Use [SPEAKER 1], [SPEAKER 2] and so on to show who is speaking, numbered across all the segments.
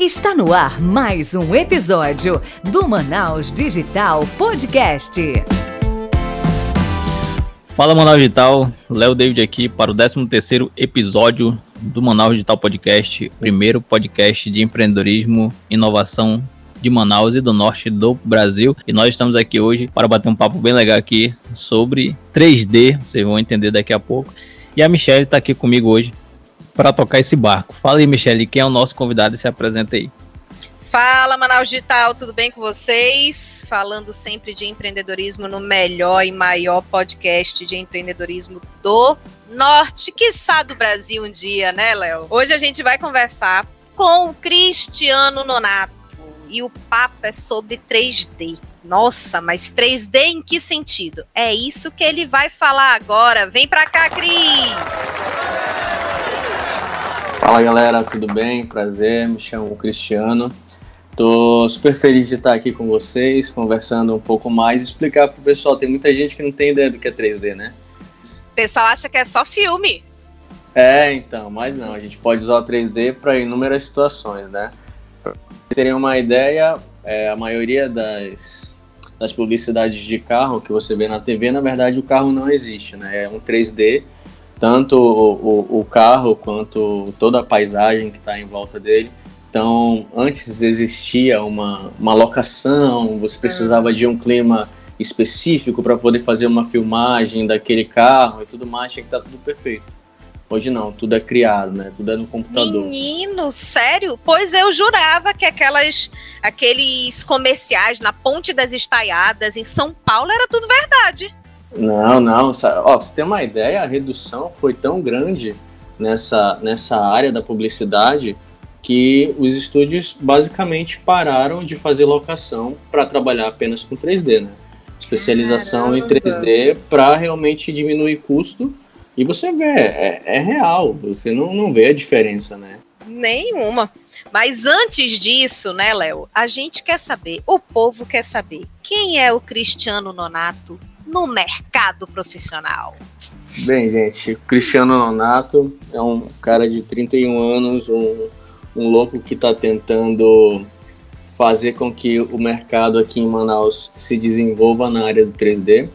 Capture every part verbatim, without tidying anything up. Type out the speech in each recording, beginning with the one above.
[SPEAKER 1] Está no ar mais um episódio do Manaus Digital Podcast.
[SPEAKER 2] Fala Manaus Digital, Léo David aqui para o décimo terceiro episódio do Manaus Digital Podcast, primeiro podcast de empreendedorismo e inovação de Manaus e do norte do Brasil. E nós estamos aqui hoje para bater um papo bem legal aqui sobre três D, vocês vão entender daqui a pouco. E a Michelle está aqui comigo hoje para tocar esse barco. Fala aí, Michelle, quem é o nosso convidado e se apresenta aí.
[SPEAKER 3] Fala, Manaus Digital, tudo bem com vocês? Falando sempre de empreendedorismo no melhor e maior podcast de empreendedorismo do norte, quiçá do Brasil um dia, né, Léo? Hoje a gente vai conversar com o Cristiano Nonato e o papo é sobre três D. Nossa, mas três D em que sentido? É isso que ele vai falar agora. Vem pra cá, Cris!
[SPEAKER 4] Fala galera, tudo bem? Prazer, me chamo Cristiano. Tô super feliz de estar aqui com vocês, conversando um pouco mais, explicar pro pessoal. Tem muita gente que não tem ideia do que é três D, né?
[SPEAKER 3] O pessoal acha que é só filme.
[SPEAKER 4] É, então, mas não, a gente pode usar o três D para inúmeras situações, né? Pra vocês terem uma ideia, é, a maioria das, das publicidades de carro que você vê na T V, na verdade o carro não existe, né? É um três D. Tanto o, o, o carro quanto toda a paisagem que está em volta dele. Então, antes existia uma, uma locação, você precisava de um clima específico para poder fazer uma filmagem daquele carro e tudo mais, tinha que estar tudo perfeito. Hoje não, tudo é criado, né? Tudo é no computador.
[SPEAKER 3] Menino, sério? Pois eu jurava que aquelas, aqueles comerciais na Ponte das Estaiadas em São Paulo era tudo verdade.
[SPEAKER 4] Não, não, ó, pra você ter uma ideia, a redução foi tão grande nessa, nessa área da publicidade que os estúdios basicamente pararam de fazer locação para trabalhar apenas com três D, né? Especialização Caramba. Em três D para realmente diminuir custo e você vê, é, é real, você não, não vê a diferença, né?
[SPEAKER 3] Nenhuma. Mas antes disso, né, Léo, a gente quer saber, o povo quer saber, quem é o Cristiano Nonato no mercado profissional?
[SPEAKER 4] Bem, gente, Cristiano Nonato é um cara de trinta e um anos, um, um louco que está tentando fazer com que o mercado aqui em Manaus se desenvolva na área do três D.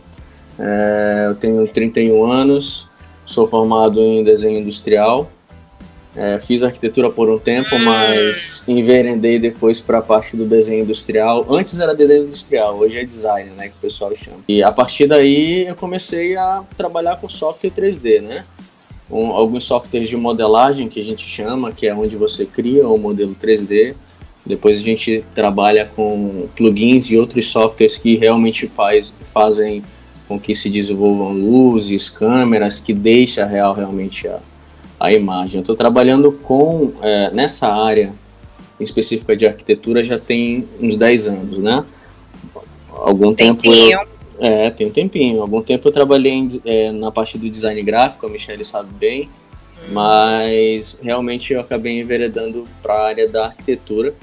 [SPEAKER 4] É, eu tenho trinta e um anos, sou formado em desenho industrial, é, fiz arquitetura por um tempo, mas enveredei depois para a parte do desenho industrial. Antes era desenho industrial, hoje é design, né, que o pessoal chama. E a partir daí eu comecei a trabalhar com software três D, né? Um, alguns softwares de modelagem que a gente chama, que é onde você cria o modelo três D. Depois a gente trabalha com plugins e outros softwares que realmente faz, fazem com que se desenvolvam luzes, câmeras, que deixa real realmente a a imagem. Eu estou trabalhando com, é, nessa área específica de arquitetura já tem uns dez anos, né? Algum
[SPEAKER 3] tempinho.
[SPEAKER 4] tempo eu, é, tem um tempinho. Algum tempo eu trabalhei em, é, na parte do design gráfico, a Michelle sabe bem, hum. mas realmente eu acabei enveredando para a área da arquitetura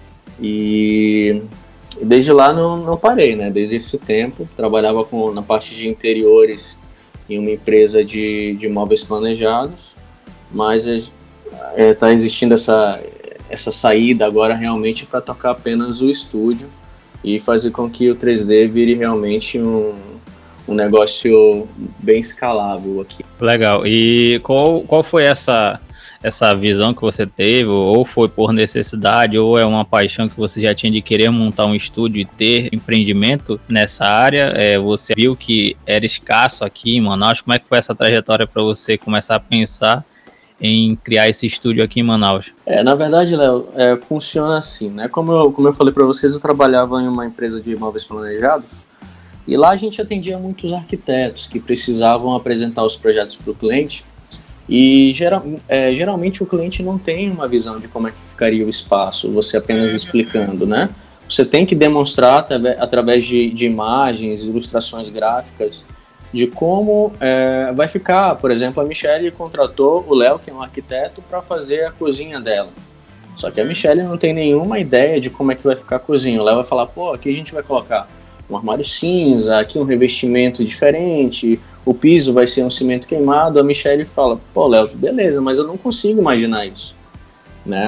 [SPEAKER 4] e desde lá não, não parei, né? Desde esse tempo, trabalhava com, na parte de interiores em uma empresa de, de móveis planejados, mas está é, tá existindo essa, essa saída agora realmente para tocar apenas o estúdio e fazer com que o três D vire realmente um, um negócio bem escalável aqui.
[SPEAKER 2] Legal. E qual, qual foi essa, essa visão que você teve? Ou foi por necessidade, ou é uma paixão que você já tinha de querer montar um estúdio e ter empreendimento nessa área? É, você viu que era escasso aqui em Manaus. Como é que foi essa trajetória para você começar a pensar em criar esse estúdio aqui em Manaus?
[SPEAKER 4] É, na verdade, Léo, é, funciona assim, né? Como eu, como eu falei para vocês, eu trabalhava em uma empresa de imóveis planejados e lá a gente atendia muitos arquitetos que precisavam apresentar os projetos para o cliente e geral, é, geralmente o cliente não tem uma visão de como é que ficaria o espaço, você apenas explicando, né? Você tem que demonstrar através de, de imagens, ilustrações gráficas, de como é, vai ficar. Por exemplo, a Michelle contratou o Léo, que é um arquiteto, para fazer a cozinha dela. Só que a Michelle não tem nenhuma ideia de como é que vai ficar a cozinha. O Léo vai falar, pô, aqui a gente vai colocar um armário cinza, aqui um revestimento diferente, o piso vai ser um cimento queimado. A Michelle fala, pô, Léo, beleza, mas eu não consigo imaginar isso, né?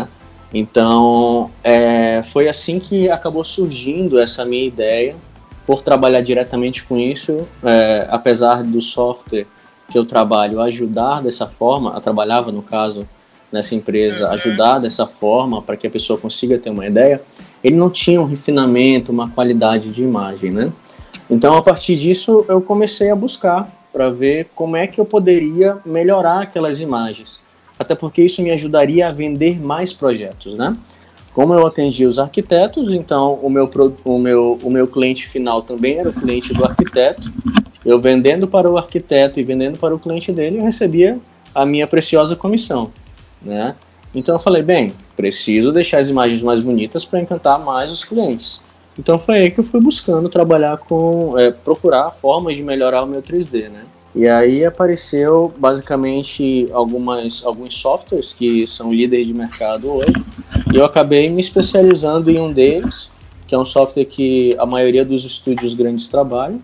[SPEAKER 4] Então, é, foi assim que acabou surgindo essa minha ideia, por trabalhar diretamente com isso, é, apesar do software que eu trabalho ajudar dessa forma, eu trabalhava, no caso, nessa empresa, ajudar dessa forma para que a pessoa consiga ter uma ideia, ele não tinha um refinamento, uma qualidade de imagem, né? Então, a partir disso, eu comecei a buscar para ver como é que eu poderia melhorar aquelas imagens. Até porque isso me ajudaria a vender mais projetos, né? Como eu atendia os arquitetos, então o meu, o meu, o meu cliente final também era o cliente do arquiteto. Eu vendendo para o arquiteto e vendendo para o cliente dele, eu recebia a minha preciosa comissão, né? Então eu falei, bem, preciso deixar as imagens mais bonitas para encantar mais os clientes. Então foi aí que eu fui buscando trabalhar com, é, procurar formas de melhorar o meu três D, né? E aí apareceu basicamente algumas, alguns softwares que são líderes de mercado hoje, e eu acabei me especializando em um deles, que é um software que a maioria dos estúdios grandes trabalham,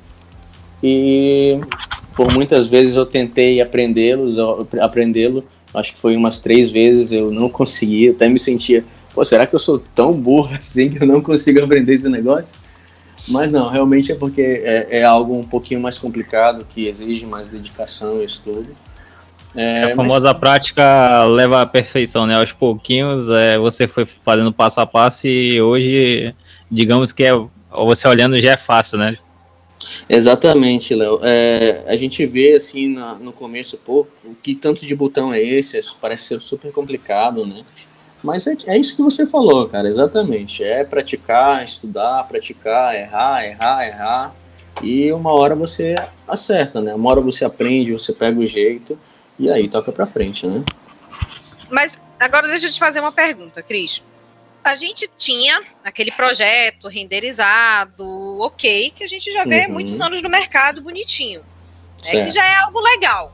[SPEAKER 4] e por muitas vezes eu tentei aprendê-los, aprendê-lo, acho que foi umas três vezes, eu não consegui, até me sentia, pô, será que eu sou tão burro assim que eu não consigo aprender esse negócio? Mas não, realmente é porque é, é algo um pouquinho mais complicado, que exige mais dedicação e estudo.
[SPEAKER 2] É, a famosa mas... prática leva à perfeição, né? Aos pouquinhos é, você foi fazendo passo a passo e hoje, digamos que é, você olhando já é fácil, né?
[SPEAKER 4] Exatamente, Léo. É, a gente vê assim na, no começo, pô, o que tanto de botão é esse? Parece ser super complicado, né? Mas é, é isso que você falou, cara, exatamente. É praticar, estudar, praticar, errar, errar, errar. E uma hora você acerta, né? Uma hora você aprende, você pega o jeito e aí toca pra frente, né?
[SPEAKER 3] Mas agora deixa eu te fazer uma pergunta, Cris. A gente tinha aquele projeto renderizado, ok, que a gente já vê há uhum. muitos anos no mercado, bonitinho. É, que já é algo legal.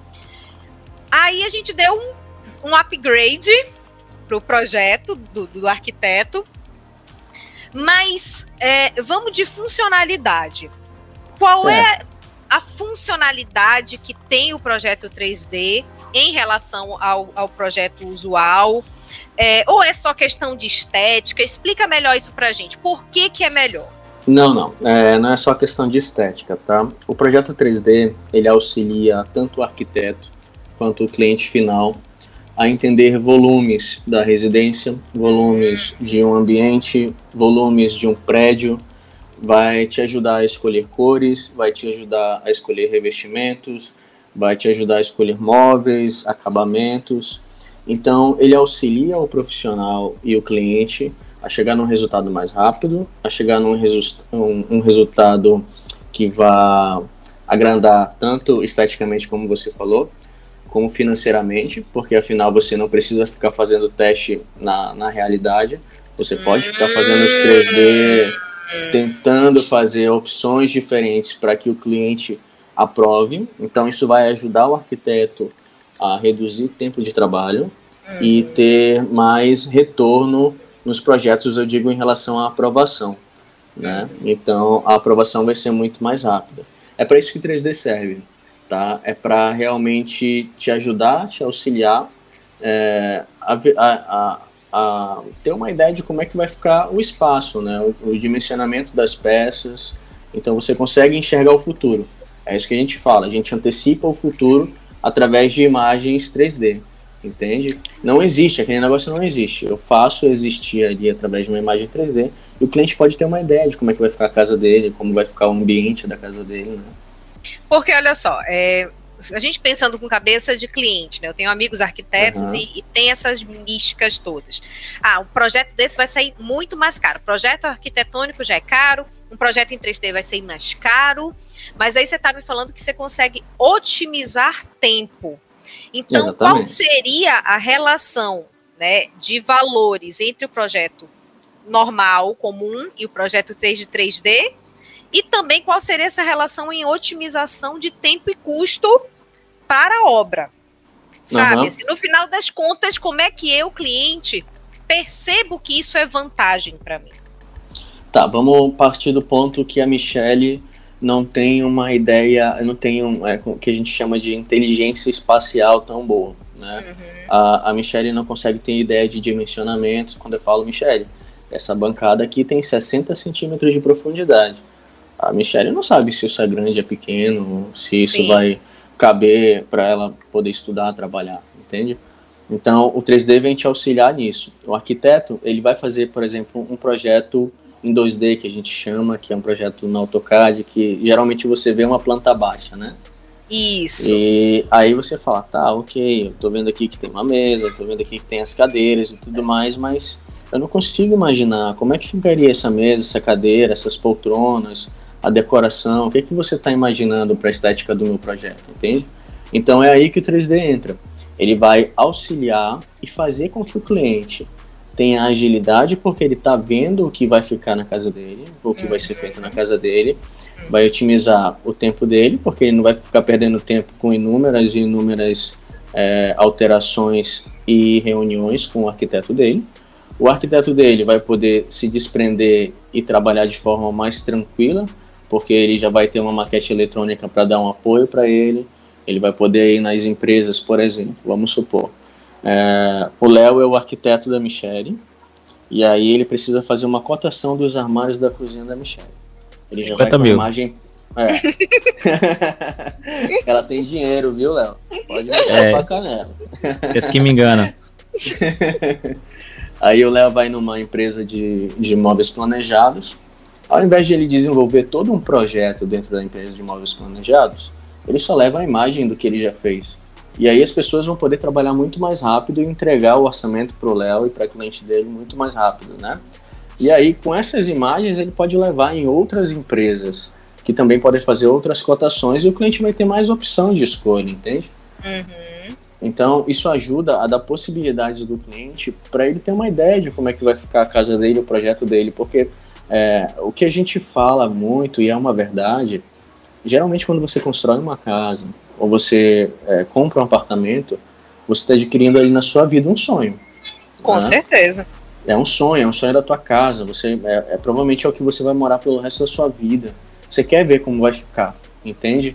[SPEAKER 3] Aí a gente deu um, um upgrade para o projeto do, do arquiteto, mas é, vamos de funcionalidade. Qual certo. é a funcionalidade que tem o projeto três D em relação ao, ao projeto usual? É, ou é só questão de estética? Explica melhor isso para a gente. Por que que é melhor?
[SPEAKER 4] Não, não. É, não é só questão de estética, tá? O projeto três D, ele auxilia tanto o arquiteto quanto o cliente final a entender volumes da residência, volumes de um ambiente, volumes de um prédio, vai te ajudar a escolher cores, vai te ajudar a escolher revestimentos, vai te ajudar a escolher móveis, acabamentos. Então, ele auxilia o profissional e o cliente a chegar num resultado mais rápido, a chegar num resu- um, um resultado que vá agradar tanto esteticamente, como você falou, como financeiramente, porque afinal você não precisa ficar fazendo teste na, na realidade, você pode ficar fazendo os três D, tentando fazer opções diferentes para que o cliente aprove. Então isso vai ajudar o arquiteto a reduzir o tempo de trabalho e ter mais retorno nos projetos, eu digo, em relação à aprovação, né? Então a aprovação vai ser muito mais rápida. É para isso que três D serve. Tá? É para realmente te ajudar, te auxiliar é, a, a, a, a ter uma ideia de como é que vai ficar o espaço, né? o, o dimensionamento das peças. Então você consegue enxergar o futuro. É isso que a gente fala, a gente antecipa o futuro através de imagens três D, entende? Não existe, aquele negócio não existe. Eu faço existir ali através de uma imagem três D e o cliente pode ter uma ideia de como é que vai ficar a casa dele, como vai ficar o ambiente da casa dele, né?
[SPEAKER 3] Porque, olha só, é, a gente pensando com cabeça de cliente, né? Eu tenho amigos arquitetos uhum. e, e tem essas místicas todas. Ah, um projeto desse vai sair muito mais caro. O projeto arquitetônico já é caro, um projeto em três D vai ser mais caro, mas aí você está me falando que você consegue otimizar tempo. Então, exatamente. Qual seria a relação, né, de valores entre o projeto normal, comum, e o projeto de três D? E também qual seria essa relação em otimização de tempo e custo para a obra, sabe? Uhum. Assim, no final das contas, como é que eu, cliente, percebo que isso é vantagem para mim?
[SPEAKER 4] Tá, vamos partir do ponto que a Michelle não tem uma ideia, não tem um é, que a gente chama de inteligência espacial tão boa, né? Uhum. A, a Michelle não consegue ter ideia de dimensionamentos. Quando eu falo, Michelle, essa bancada aqui tem sessenta centímetros de profundidade. A Michelle não sabe se isso é grande, é pequeno, se isso Sim. vai caber para ela poder estudar, trabalhar, entende? Então, o três D vem te auxiliar nisso. O arquiteto, ele vai fazer, por exemplo, um projeto em dois D, que a gente chama, que é um projeto no AutoCAD, que geralmente você vê uma planta baixa, né?
[SPEAKER 3] Isso.
[SPEAKER 4] E aí você fala, tá, ok, eu tô vendo aqui que tem uma mesa, tô vendo aqui que tem as cadeiras e tudo mais, mas eu não consigo imaginar como é que ficaria essa mesa, essa cadeira, essas poltronas, a decoração, o que, é que você está imaginando para a estética do meu projeto, entende? Então é aí que o três D entra. Ele vai auxiliar e fazer com que o cliente tenha agilidade, porque ele está vendo o que vai ficar na casa dele, o que vai ser feito na casa dele, vai otimizar o tempo dele, porque ele não vai ficar perdendo tempo com inúmeras e inúmeras é, alterações e reuniões com o arquiteto dele. O arquiteto dele vai poder se desprender e trabalhar de forma mais tranquila, porque ele já vai ter uma maquete eletrônica para dar um apoio para ele. Ele vai poder ir nas empresas, por exemplo, vamos supor. É, o Léo é o arquiteto da Michelle, e aí ele precisa fazer uma cotação dos armários da cozinha da Michelle. Ele já vai com a imagem... É. Ela tem dinheiro, viu, Léo? Pode meter é. a faca nela.
[SPEAKER 2] Esse que me engana.
[SPEAKER 4] Aí o Léo vai numa empresa de, de móveis planejados. Ao invés de ele desenvolver todo um projeto dentro da empresa de móveis planejados, ele só leva a imagem do que ele já fez. E aí as pessoas vão poder trabalhar muito mais rápido e entregar o orçamento para o Léo e para o cliente dele muito mais rápido, né? E aí, com essas imagens, ele pode levar em outras empresas que também podem fazer outras cotações e o cliente vai ter mais opção de escolha, entende?
[SPEAKER 3] Uhum.
[SPEAKER 4] Então, isso ajuda a dar possibilidades do cliente para ele ter uma ideia de como é que vai ficar a casa dele, o projeto dele, porque é, o que a gente fala muito, e é uma verdade, geralmente quando você constrói uma casa ou você é, compra um apartamento, você está adquirindo ali na sua vida um sonho.
[SPEAKER 3] Com né? certeza.
[SPEAKER 4] É um sonho, é um sonho da tua casa, você, é, é, provavelmente é o que você vai morar pelo resto da sua vida. Você quer ver como vai ficar, entende?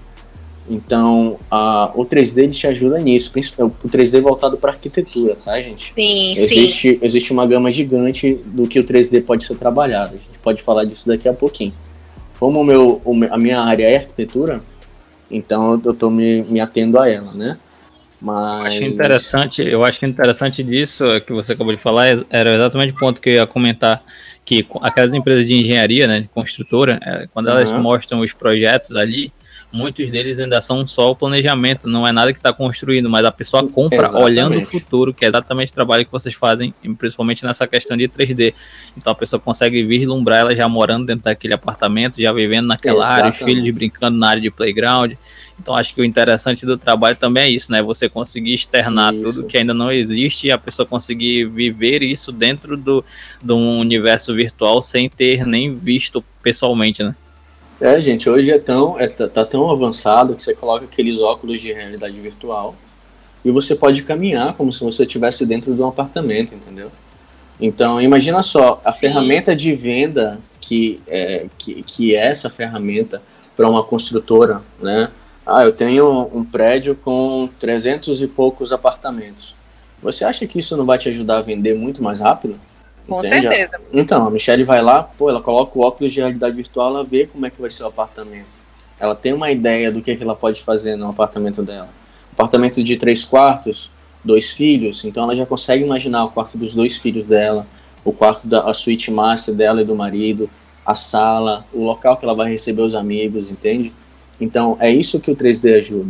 [SPEAKER 4] Então, a, o três D ele te ajuda nisso, o três D voltado para arquitetura, tá, gente?
[SPEAKER 3] Sim,
[SPEAKER 4] existe,
[SPEAKER 3] sim.
[SPEAKER 4] Existe uma gama gigante do que o três D pode ser trabalhado, a gente pode falar disso daqui a pouquinho. Como o meu, a minha área é arquitetura, então eu estou me, me atendo a ela, né? Mas...
[SPEAKER 2] Acho interessante, eu acho que interessante disso que você acabou de falar era exatamente o ponto que eu ia comentar, que aquelas empresas de engenharia, né, de construtora, quando elas uhum. mostram os projetos ali, muitos deles ainda são só o planejamento, não é nada que está construindo, mas a pessoa compra exatamente. Olhando o futuro, que é exatamente o trabalho que vocês fazem, principalmente nessa questão de três D. Então a pessoa consegue vislumbrar ela já morando dentro daquele apartamento, já vivendo naquela exatamente. Área, os filhos brincando na área de playground. Então acho que o interessante do trabalho também é isso, né? Você conseguir externar isso. Tudo que ainda não existe e a pessoa conseguir viver isso dentro do, de um universo virtual sem ter nem visto pessoalmente, né?
[SPEAKER 4] É, gente, hoje é tão, é, tá, tá tão avançado que você coloca aqueles óculos de realidade virtual e você pode caminhar como se você estivesse dentro de um apartamento, entendeu? Então, imagina só, a Sim. ferramenta de venda que é, que, que é essa ferramenta para uma construtora, né? Ah, eu tenho um prédio com trezentos e poucos apartamentos. Você acha que isso não vai te ajudar a vender muito mais rápido?
[SPEAKER 3] Com
[SPEAKER 4] Entende?
[SPEAKER 3] certeza.
[SPEAKER 4] Então, a Michelle vai lá, pô, ela coloca o óculos de realidade virtual, ela vê como é que vai ser o apartamento. Ela tem uma ideia do que, é que ela pode fazer no apartamento dela. Apartamento de três quartos, dois filhos, então ela já consegue imaginar o quarto dos dois filhos dela, o quarto da a suíte master dela e do marido, a sala, o local que ela vai receber os amigos, entende? Então, é isso que o três D ajuda.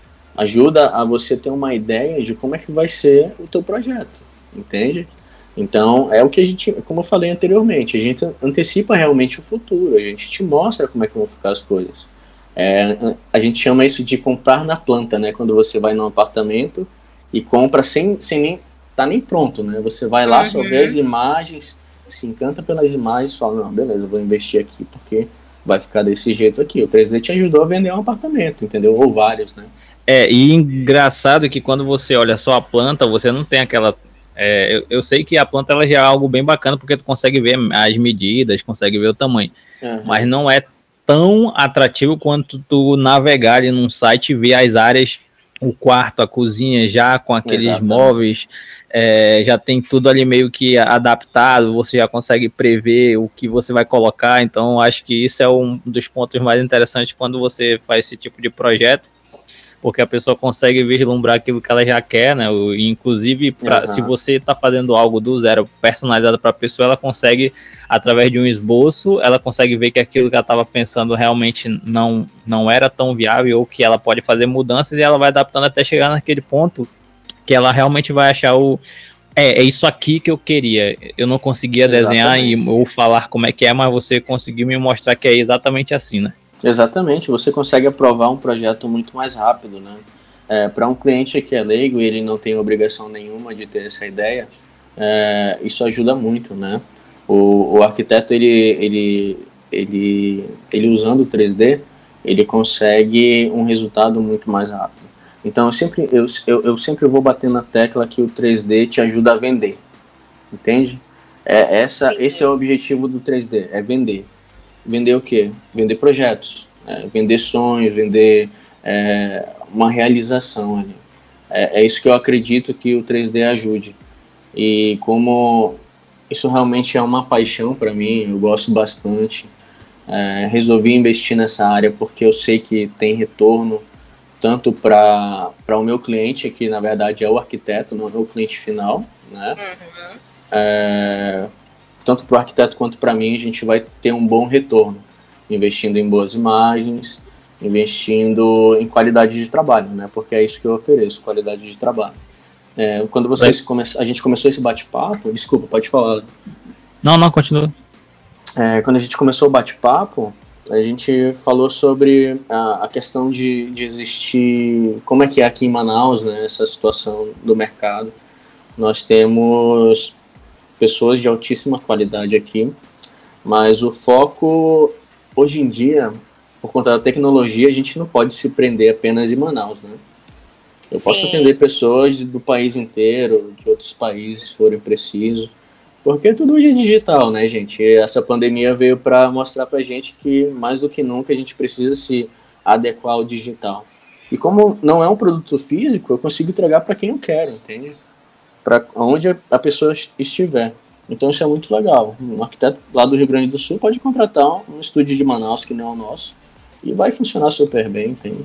[SPEAKER 4] Ajuda a você ter uma ideia de como é que vai ser o teu projeto, entende? Então, é o que a gente, como eu falei anteriormente, a gente antecipa realmente o futuro, a gente te mostra como é que vão ficar as coisas. É, a gente chama isso de comprar na planta, né? Quando você vai num apartamento e compra sem, sem nem tá nem pronto, né? Você vai lá, uhum. só vê as imagens, se encanta pelas imagens, fala, não, beleza, vou investir aqui porque vai ficar desse jeito aqui. O três D te ajudou a vender um apartamento, entendeu? Ou vários, né?
[SPEAKER 2] É, e engraçado que quando você olha só a planta, você não tem aquela... É, eu, eu sei que a planta ela já é algo bem bacana, porque tu consegue ver as medidas, consegue ver o tamanho, uhum. mas não é tão atrativo quanto tu navegar ali num site e ver as áreas o quarto, a cozinha já com aqueles
[SPEAKER 4] Exatamente.
[SPEAKER 2] móveis, é, já tem tudo ali meio que adaptado, você já consegue prever o que você vai colocar, então acho que isso é um dos pontos mais interessantes quando você faz esse tipo de projeto, porque a pessoa consegue vislumbrar aquilo que ela já quer, né? Inclusive, pra, uhum. se você está fazendo algo do zero, personalizado para a pessoa, ela consegue, através de um esboço, ela consegue ver que aquilo que ela estava pensando realmente não, não era tão viável, ou que ela pode fazer mudanças, e ela vai adaptando até chegar naquele ponto que ela realmente vai achar o... É, é isso aqui que eu queria. Eu não conseguia desenhar e, ou falar como é que é, mas você conseguiu me mostrar que é exatamente assim, né?
[SPEAKER 4] Exatamente, você consegue aprovar um projeto muito mais rápido, né? É, para um cliente que é leigo e ele não tem obrigação nenhuma de ter essa ideia, é, isso ajuda muito, né? O, o arquiteto, ele, ele, ele, ele usando o três D, ele consegue um resultado muito mais rápido. Então, eu sempre, eu, eu, eu sempre vou bater na tecla que o três D te ajuda a vender, entende? É, essa, esse é o objetivo do três D, é vender. Vender o quê? Vender projetos, é, vender sonhos, vender é, uma realização ali. É, é isso que eu acredito que o três D ajude. E como isso realmente é uma paixão para mim, eu gosto bastante, é, resolvi investir nessa área porque eu sei que tem retorno, tanto para o meu cliente, que na verdade é o arquiteto, não é o cliente final, né? Uhum. É, tanto para o arquiteto quanto para mim, a gente vai ter um bom retorno, investindo em boas imagens, investindo em qualidade de trabalho, né? Porque é isso que eu ofereço, qualidade de trabalho. É, quando vocês come... a gente começou esse bate-papo, desculpa, pode falar.
[SPEAKER 2] Não, não, continua.
[SPEAKER 4] É, quando a gente começou o bate-papo, a gente falou sobre a, a questão de, de existir, como é que é aqui em Manaus, né? Essa situação do mercado. Nós temos pessoas de altíssima qualidade aqui, mas o foco, hoje em dia, por conta da tecnologia, a gente não pode se prender apenas em Manaus, né? Eu Sim. posso atender pessoas do país inteiro, de outros países, se forem preciso, porque tudo hoje é digital, né, gente? E essa pandemia veio para mostrar pra gente que, mais do que nunca, a gente precisa se adequar ao digital. E como não é um produto físico, eu consigo entregar para quem eu quero, entende? Para onde a pessoa estiver. Então isso é muito legal. Um arquiteto lá do Rio Grande do Sul pode contratar um estúdio de Manaus, que não é o nosso, e vai funcionar super bem, entende?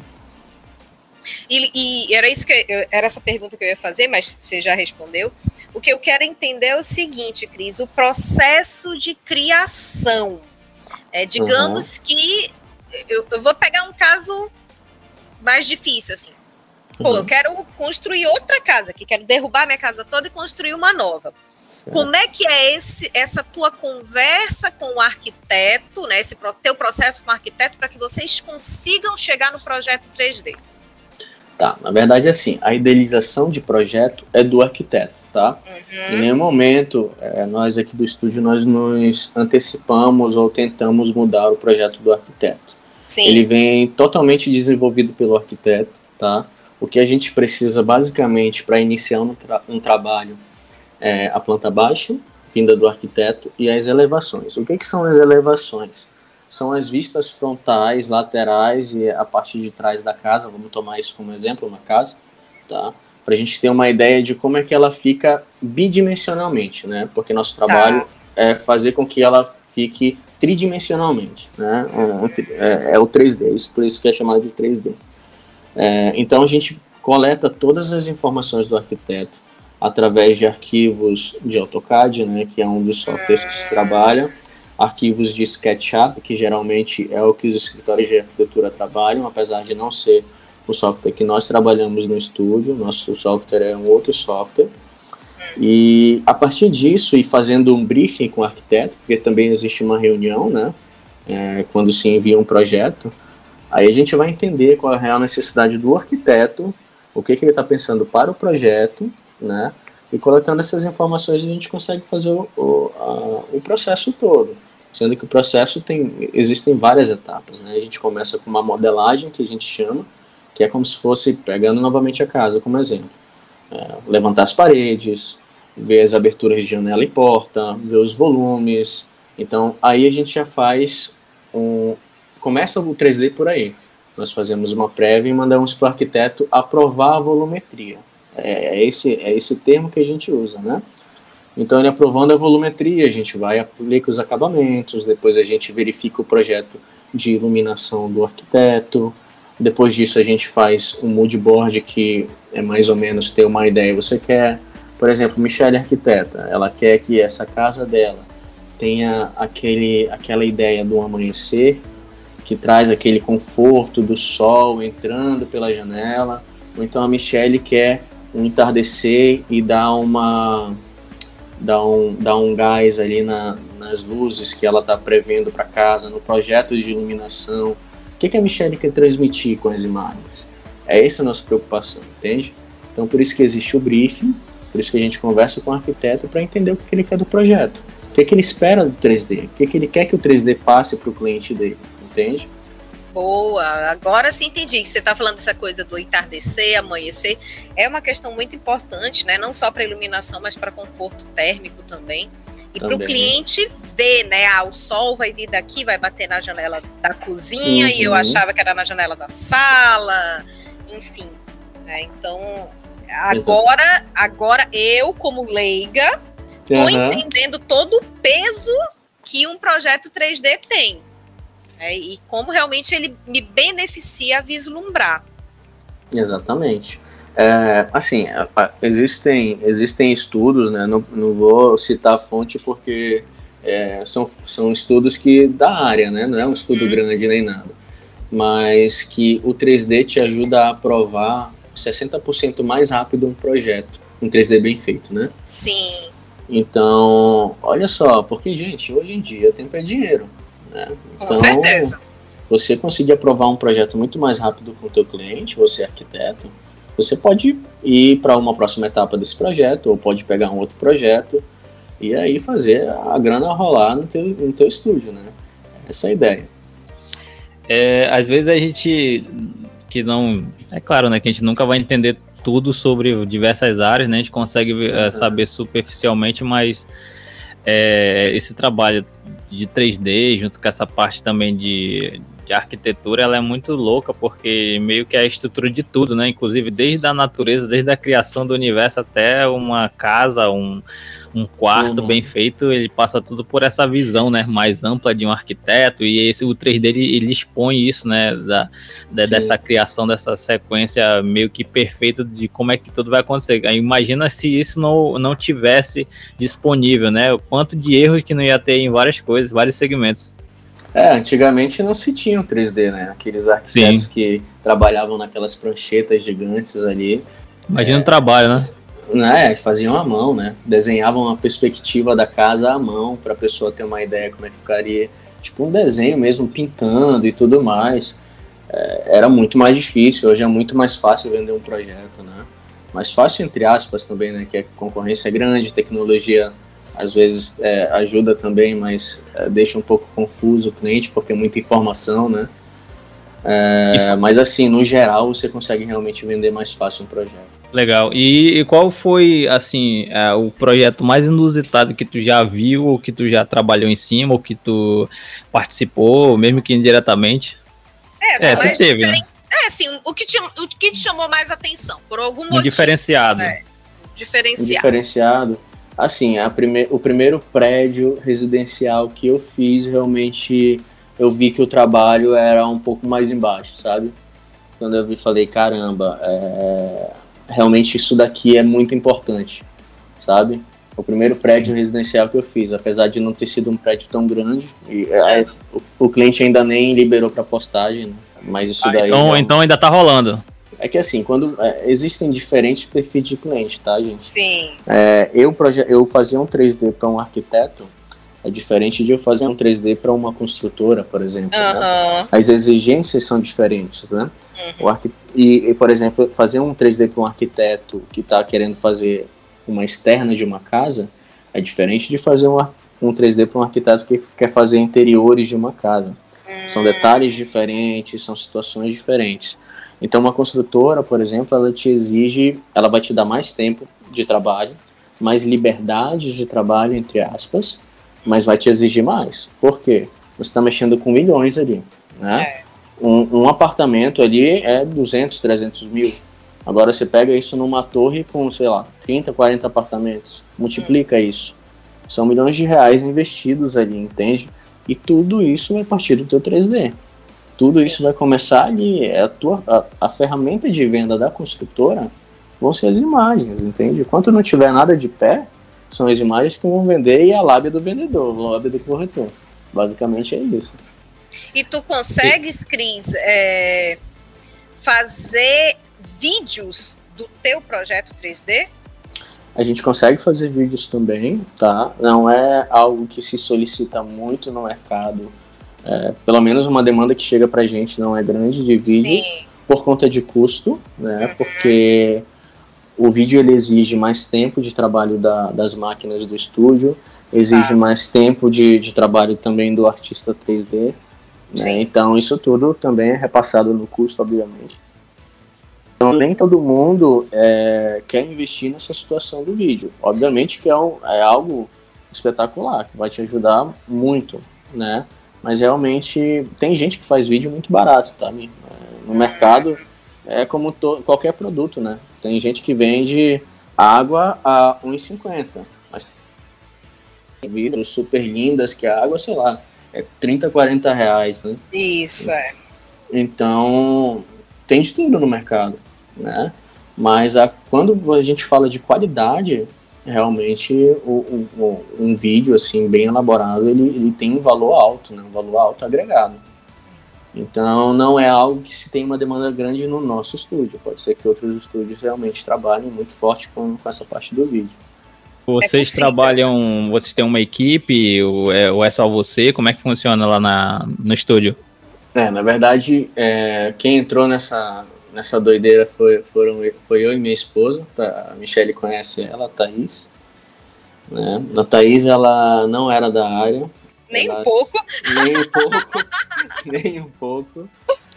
[SPEAKER 3] E, e era, isso que eu, era essa pergunta que eu ia fazer, mas você já respondeu. O que eu quero entender é o seguinte, Cris, o processo de criação. É, digamos uhum. que eu, eu vou pegar um caso mais difícil, assim. Pô, uhum. eu quero construir outra casa aqui, quero derrubar minha casa toda e construir uma nova. Certo. Como é que é esse, essa tua conversa com o arquiteto, né, esse teu processo com o arquiteto, para que vocês consigam chegar no projeto três D?
[SPEAKER 4] Tá, na verdade, assim, a idealização de projeto é do arquiteto, tá? Uhum. Em nenhum momento, é, nós aqui do estúdio, nós nos antecipamos ou tentamos mudar o projeto do arquiteto. Sim. Ele vem totalmente desenvolvido pelo arquiteto, tá? O que a gente precisa, basicamente, para iniciar um, tra um trabalho é a planta baixa, vinda do arquiteto, e as elevações. O que, que são as elevações? São as vistas frontais, laterais e a parte de trás da casa. Vamos tomar isso como exemplo, uma casa, tá? Para a gente ter uma ideia de como é que ela fica bidimensionalmente, né? Porque nosso trabalho tá. é fazer com que ela fique tridimensionalmente, né? É, é, é o três D, isso, por isso que é chamado de três D. É, então a gente coleta todas as informações do arquiteto através de arquivos de AutoCAD, né? Que é um dos softwares que se trabalha. Arquivos de SketchUp, que geralmente é o que os escritórios de arquitetura trabalham, apesar de não ser o software que nós trabalhamos no estúdio, nosso software é um outro software. E a partir disso, e fazendo um briefing com o arquiteto, porque também existe uma reunião, né, é, quando se envia um projeto, aí a gente vai entender qual é a real necessidade do arquiteto, o que, que ele está pensando para o projeto, né, e coletando essas informações a gente consegue fazer o, o, a, o processo todo. Sendo que o processo tem, existem várias etapas, né? A gente começa com uma modelagem, que a gente chama, que é como se fosse, pegando novamente a casa como exemplo, é, levantar as paredes, ver as aberturas de janela e porta, ver os volumes. Então, aí a gente já faz um... Começa o três D por aí. Nós fazemos uma prévia e mandamos para o arquiteto aprovar a volumetria. É, é, esse, é esse termo que a gente usa, né? Então, ele aprovando a volumetria, a gente vai aplicar os acabamentos, depois a gente verifica o projeto de iluminação do arquiteto, depois disso a gente faz um mood board que é mais ou menos ter uma ideia que você quer. Por exemplo, Michelle arquiteta, ela quer que essa casa dela tenha aquele, aquela ideia do amanhecer, que traz aquele conforto do sol entrando pela janela, ou então a Michelle quer um entardecer e dar uma... Dá um, dá um gás ali na, nas luzes que ela está prevendo para casa, no projeto de iluminação. O que, que a Michelle quer transmitir com as imagens? É essa a nossa preocupação, entende? Então, por isso que existe o briefing, por isso que a gente conversa com o arquiteto para entender o que, que ele quer do projeto. O que, que ele espera do três D, o que, que ele quer que o três D passe para o cliente dele, entende?
[SPEAKER 3] Boa, agora sim entendi que você está falando dessa coisa do entardecer, amanhecer, é uma questão muito importante, né? Não só para iluminação, mas para conforto térmico também. E para o cliente ver, né? Ah, o sol vai vir daqui, vai bater na janela da cozinha, uhum. E eu achava que era na janela da sala, enfim. Né? Então, agora, agora eu, como leiga, estou uhum. entendendo todo o peso que um projeto três D tem. É, e como realmente ele me beneficia a vislumbrar.
[SPEAKER 4] Exatamente. É, assim, existem, existem estudos, né? Não, não vou citar a fonte porque é, são, são estudos que da área, né? Não é um estudo hum. grande nem nada. Mas que o três D te ajuda a aprovar sessenta por cento mais rápido um projeto. Um três D bem feito, né?
[SPEAKER 3] Sim.
[SPEAKER 4] Então, olha só, porque, gente, hoje em dia tempo é dinheiro. Né?
[SPEAKER 3] Com
[SPEAKER 4] então,
[SPEAKER 3] certeza.
[SPEAKER 4] Você conseguir aprovar um projeto muito mais rápido com o teu cliente, você é arquiteto, você pode ir para uma próxima etapa desse projeto, ou pode pegar um outro projeto e aí fazer a grana rolar no teu, no teu estúdio, né? Essa é a ideia.
[SPEAKER 2] É, às vezes a gente que não... É claro, né, que a gente nunca vai entender tudo sobre diversas áreas, né? A gente consegue uhum. é, saber superficialmente, mas é, esse trabalho de três D, junto com essa parte também de, de arquitetura, ela é muito louca, porque meio que é a estrutura de tudo, né? Inclusive desde a natureza, desde a criação do universo até uma casa, um, um quarto uhum. bem feito, ele passa tudo por essa visão, né, mais ampla de um arquiteto, e esse, o três D ele, ele expõe isso, né, da, da, dessa criação, dessa sequência meio que perfeita de como é que tudo vai acontecer. Aí, imagina se isso não, não tivesse disponível, né, o quanto de erros que não ia ter em várias coisas, vários segmentos.
[SPEAKER 4] É, antigamente não se tinha o três D, né, aqueles arquitetos Sim. que trabalhavam naquelas pranchetas gigantes ali.
[SPEAKER 2] Imagina
[SPEAKER 4] é...
[SPEAKER 2] o trabalho, né?
[SPEAKER 4] Né, faziam à mão, né? Desenhavam a perspectiva da casa à mão para a pessoa ter uma ideia como é que ficaria, tipo um desenho mesmo, pintando e tudo mais. É, era muito mais difícil, hoje é muito mais fácil vender um projeto, né? Mais fácil entre aspas também, né? Que a concorrência é grande, tecnologia às vezes é, ajuda também, mas é, deixa um pouco confuso o cliente porque é muita informação, né? É, mas assim, no geral, você consegue realmente vender mais fácil um projeto.
[SPEAKER 2] Legal. E, e qual foi, assim, é, o projeto mais inusitado que tu já viu, ou que tu já trabalhou em cima, ou que tu participou, mesmo que indiretamente?
[SPEAKER 3] É, é mais teve, né? É, assim, o que, te, o que te chamou mais atenção, por algum motivo.
[SPEAKER 2] Um diferenciado.
[SPEAKER 3] É, diferenciado.
[SPEAKER 4] Um diferenciado. Assim, a prime- o primeiro prédio residencial que eu fiz, realmente, eu vi que o trabalho era um pouco mais embaixo, sabe? Quando eu vi, falei, caramba, é... realmente isso daqui é muito importante, sabe? O primeiro prédio residencial que eu fiz, apesar de não ter sido um prédio tão grande, e, é, o, o cliente ainda nem liberou para postagem, né? Mas isso
[SPEAKER 2] ah,
[SPEAKER 4] daí...
[SPEAKER 2] Então,
[SPEAKER 4] é,
[SPEAKER 2] então ainda tá rolando.
[SPEAKER 4] É que assim, quando é, existem diferentes perfis de cliente, tá, gente?
[SPEAKER 3] Sim.
[SPEAKER 4] É, eu, proje- eu fazia um três D para um arquiteto, é diferente de eu fazer um três D para uma construtora, por exemplo.
[SPEAKER 3] Uhum.
[SPEAKER 4] Né? As exigências são diferentes, né? Uhum. O arqu... e, e, por exemplo, fazer um três D para um arquiteto que está querendo fazer uma externa de uma casa é diferente de fazer um, um três D para um arquiteto que quer fazer interiores de uma casa. Uhum. São detalhes diferentes, são situações diferentes. Então, uma construtora, por exemplo, ela te exige, ela vai te dar mais tempo de trabalho, mais liberdade de trabalho, entre aspas, mas vai te exigir mais. Por quê? Você está mexendo com milhões ali, né? É. Um, um apartamento ali é duzentos, trezentos mil. Agora você pega isso numa torre com, sei lá, trinta, quarenta apartamentos. Multiplica hum. isso. São milhões de reais investidos ali, entende? E tudo isso vai partir do teu três D. Tudo Sim. isso vai começar ali. É a, tua, a, a ferramenta de venda da construtora vão ser as imagens, entende? Enquanto não tiver nada de pé, são as imagens que vão vender e a lábia do vendedor, a lábia do corretor. Basicamente é isso.
[SPEAKER 3] E tu consegues, Cris, é, fazer vídeos do teu projeto três D?
[SPEAKER 4] A gente consegue fazer vídeos também, tá? Não é algo que se solicita muito no mercado. É, pelo menos uma demanda que chega pra gente não é grande de vídeo. Sim. Por conta de custo, né? Uhum. Porque o vídeo ele exige mais tempo de trabalho da, das máquinas do estúdio, exige ah. mais tempo de, de trabalho também do artista três D. Né? Então isso tudo também é repassado no custo, obviamente. Então nem todo mundo é, quer investir nessa situação do vídeo. Obviamente Sim. que é, um, é algo espetacular, que vai te ajudar muito, né? Mas realmente tem gente que faz vídeo muito barato, tá? No mercado é como to- qualquer produto, né? Tem gente que vende água a um real e cinquenta centavos, mas tem vidros super lindas que a água, sei lá, é trinta, quarenta reais, né?
[SPEAKER 3] Isso, é.
[SPEAKER 4] Então, tem de tudo no mercado, né? Mas a, quando a gente fala de qualidade, realmente o, o, um vídeo assim, bem elaborado, ele, ele tem um valor alto, né? Um valor alto agregado. Então, não é algo que se tem uma demanda grande no nosso estúdio. Pode ser que outros estúdios realmente trabalhem muito forte com, com essa parte do vídeo.
[SPEAKER 2] Vocês é trabalham, vocês têm uma equipe ou é, ou é só você? Como é que funciona lá na, no estúdio?
[SPEAKER 4] É, na verdade, é, quem entrou nessa, nessa doideira foi, foram, foi eu e minha esposa. Tá? A Michelle conhece ela, a Thaís. Né? A Thaís, ela não era da área.
[SPEAKER 3] Nem
[SPEAKER 4] ela,
[SPEAKER 3] um pouco.
[SPEAKER 4] Nem um pouco. nem um pouco.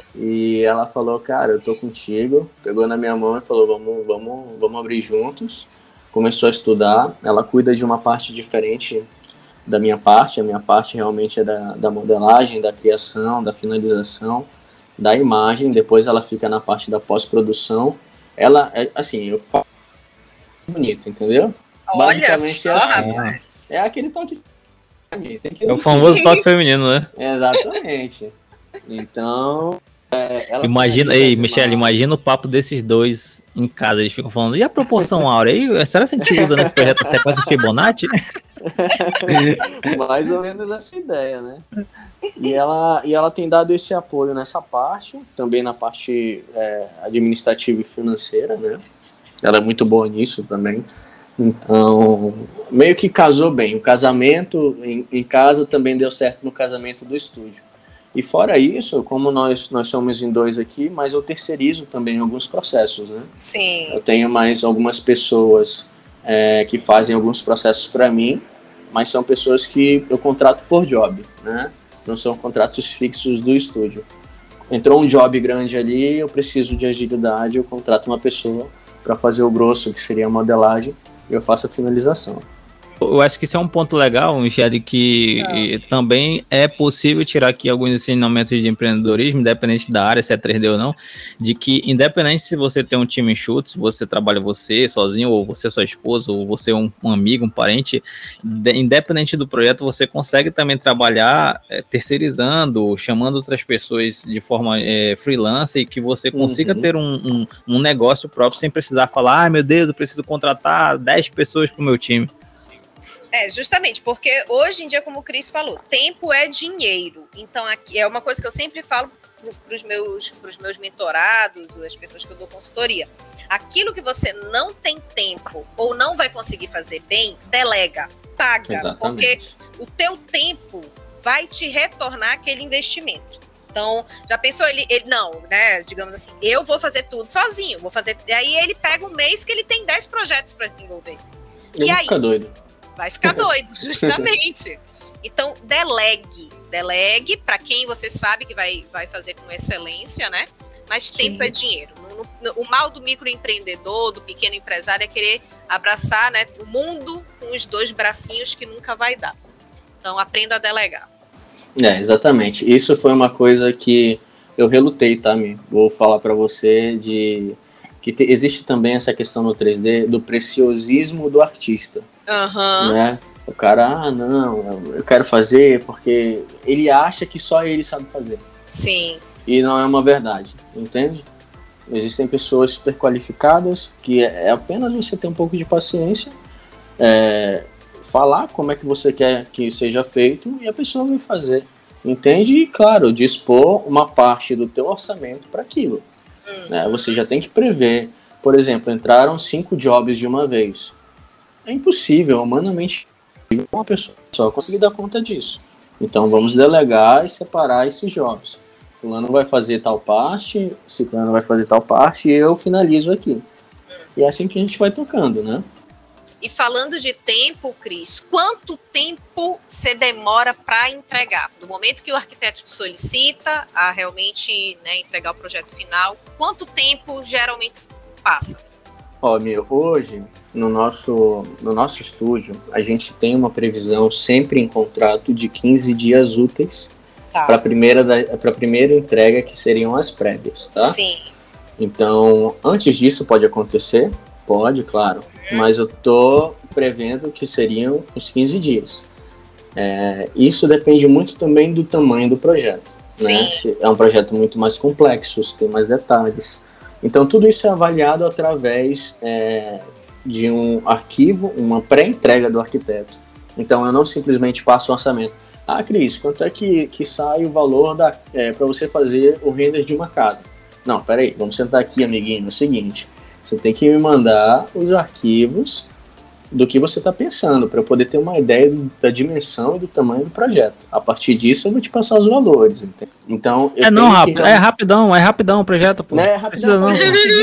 [SPEAKER 4] E ela falou, cara, eu tô contigo. Pegou na minha mão e falou, vamos, vamos, vamos abrir juntos. Começou a estudar. Ela cuida de uma parte diferente da minha parte. A minha parte realmente é da, da modelagem, da criação, da finalização, da imagem. Depois ela fica na parte da pós-produção. Ela, é, assim, eu falo bonito, entendeu?
[SPEAKER 3] Olha
[SPEAKER 4] Basicamente
[SPEAKER 3] só,
[SPEAKER 4] é assim.
[SPEAKER 3] rapaz.
[SPEAKER 4] É aquele toque. Tem que
[SPEAKER 2] é o famoso toque feminino, né?
[SPEAKER 4] Exatamente. Então, é, ela
[SPEAKER 2] imagina, ei, Michelle, imagina o papo desses dois em casa. Eles ficam falando, e a proporção áurea? E, será que a gente usa nesse projeto a sequência Fibonacci?
[SPEAKER 4] Mais ou menos essa ideia, né? E ela, e ela tem dado esse apoio nessa parte, também na parte é, administrativa e financeira, né? Ela é muito boa nisso também. Então, meio que casou bem. O casamento em, em casa também deu certo no casamento do estúdio. E fora isso, como nós, nós somos em dois aqui, mas eu terceirizo também alguns processos, né?
[SPEAKER 3] Sim.
[SPEAKER 4] Eu tenho mais algumas pessoas é, que fazem alguns processos para mim, mas são pessoas que eu contrato por job, né? Não são contratos fixos do estúdio. Entrou um job grande ali, eu preciso de agilidade, eu contrato uma pessoa para fazer o grosso, que seria a modelagem, eu faço a finalização.
[SPEAKER 2] Eu acho que isso é um ponto legal, Michele, que é. também é possível tirar aqui alguns ensinamentos de empreendedorismo, independente da área, se é três D ou não, de que independente se você tem um time enxuto, se você trabalha você sozinho, ou você sua esposa, ou você um, um amigo, um parente, de, independente do projeto, você consegue também trabalhar é, terceirizando, chamando outras pessoas de forma é, freelance e que você consiga uhum. ter um, um, um negócio próprio sem precisar falar, ai meu Deus, eu preciso contratar dez pessoas para o meu time.
[SPEAKER 3] É, justamente, porque hoje em dia, como o Cris falou, tempo é dinheiro. Então, aqui é uma coisa que eu sempre falo para os meus, pros meus mentorados, as pessoas que eu dou consultoria. Aquilo que você não tem tempo ou não vai conseguir fazer bem, delega, paga. Exatamente. Porque o teu tempo vai te retornar aquele investimento. Então, já pensou, ele, ele não, né, digamos assim, eu vou fazer tudo sozinho, vou fazer, aí ele pega um mês que ele tem dez projetos para desenvolver.
[SPEAKER 4] Eu
[SPEAKER 3] e
[SPEAKER 4] vou
[SPEAKER 3] aí,
[SPEAKER 4] ficar doido.
[SPEAKER 3] Vai ficar doido, justamente. Então, delegue. Delegue para quem você sabe que vai, vai fazer com excelência, né? Mas Sim. tempo é dinheiro. No, no, o mal do microempreendedor, do pequeno empresário, é querer abraçar, né, o mundo com os dois bracinhos que nunca vai dar. Então, aprenda a delegar.
[SPEAKER 4] É, exatamente. Isso foi uma coisa que eu relutei, tá, Mi? Vou falar para você de que te, existe também essa questão no três D do preciosismo do artista.
[SPEAKER 3] Uhum.
[SPEAKER 4] Né? O cara, ah, não, eu quero fazer porque ele acha que só ele sabe fazer.
[SPEAKER 3] Sim.
[SPEAKER 4] E não é uma verdade, entende? Existem pessoas super qualificadas que é apenas você ter um pouco de paciência, é, falar como é que você quer que seja feito e a pessoa vai fazer, entende? E, claro, dispor uma parte do teu orçamento para aquilo. Hum. Né? Você já tem que prever. Por exemplo, entraram cinco jobs de uma vez. É impossível, humanamente, uma pessoa só conseguir dar conta disso. Então, Sim. vamos delegar e separar esses jobs. Fulano vai fazer tal parte, ciclano vai fazer tal parte e eu finalizo aqui. Hum. E é assim que a gente vai tocando, né?
[SPEAKER 3] E falando de tempo, Cris, quanto tempo você demora para entregar? Do momento que o arquiteto te solicita a realmente, né, entregar o projeto final, quanto tempo geralmente passa?
[SPEAKER 4] Ó, Mir, hoje, no nosso, no nosso estúdio, a gente tem uma previsão sempre em contrato de quinze dias úteis. Tá. Para a primeira, primeira entrega, que seriam as prévias, tá?
[SPEAKER 3] Sim.
[SPEAKER 4] Então, antes disso pode acontecer? Pode, claro. Hum. Mas eu tô prevendo que seriam os quinze dias. É, isso depende muito também do tamanho do projeto.
[SPEAKER 3] Sim.
[SPEAKER 4] Né? É um projeto muito mais complexo, tem mais detalhes. Então, tudo isso é avaliado através é, de um arquivo, uma pré-entrega do arquiteto. Então, eu não simplesmente passo o orçamento. Ah, Cris, quanto é que, que sai o valor é, para você fazer o render de uma casa? Não, peraí, vamos sentar aqui, amiguinho. É o seguinte, você tem que me mandar os arquivos do que você está pensando, para eu poder ter uma ideia do, da dimensão e do tamanho do projeto. A partir disso, eu vou te passar os valores. Entende? Então, eu
[SPEAKER 2] é, não, rápido,
[SPEAKER 4] que...
[SPEAKER 2] é rapidão, é rapidão o projeto, pô.
[SPEAKER 4] Não é rapidão, não.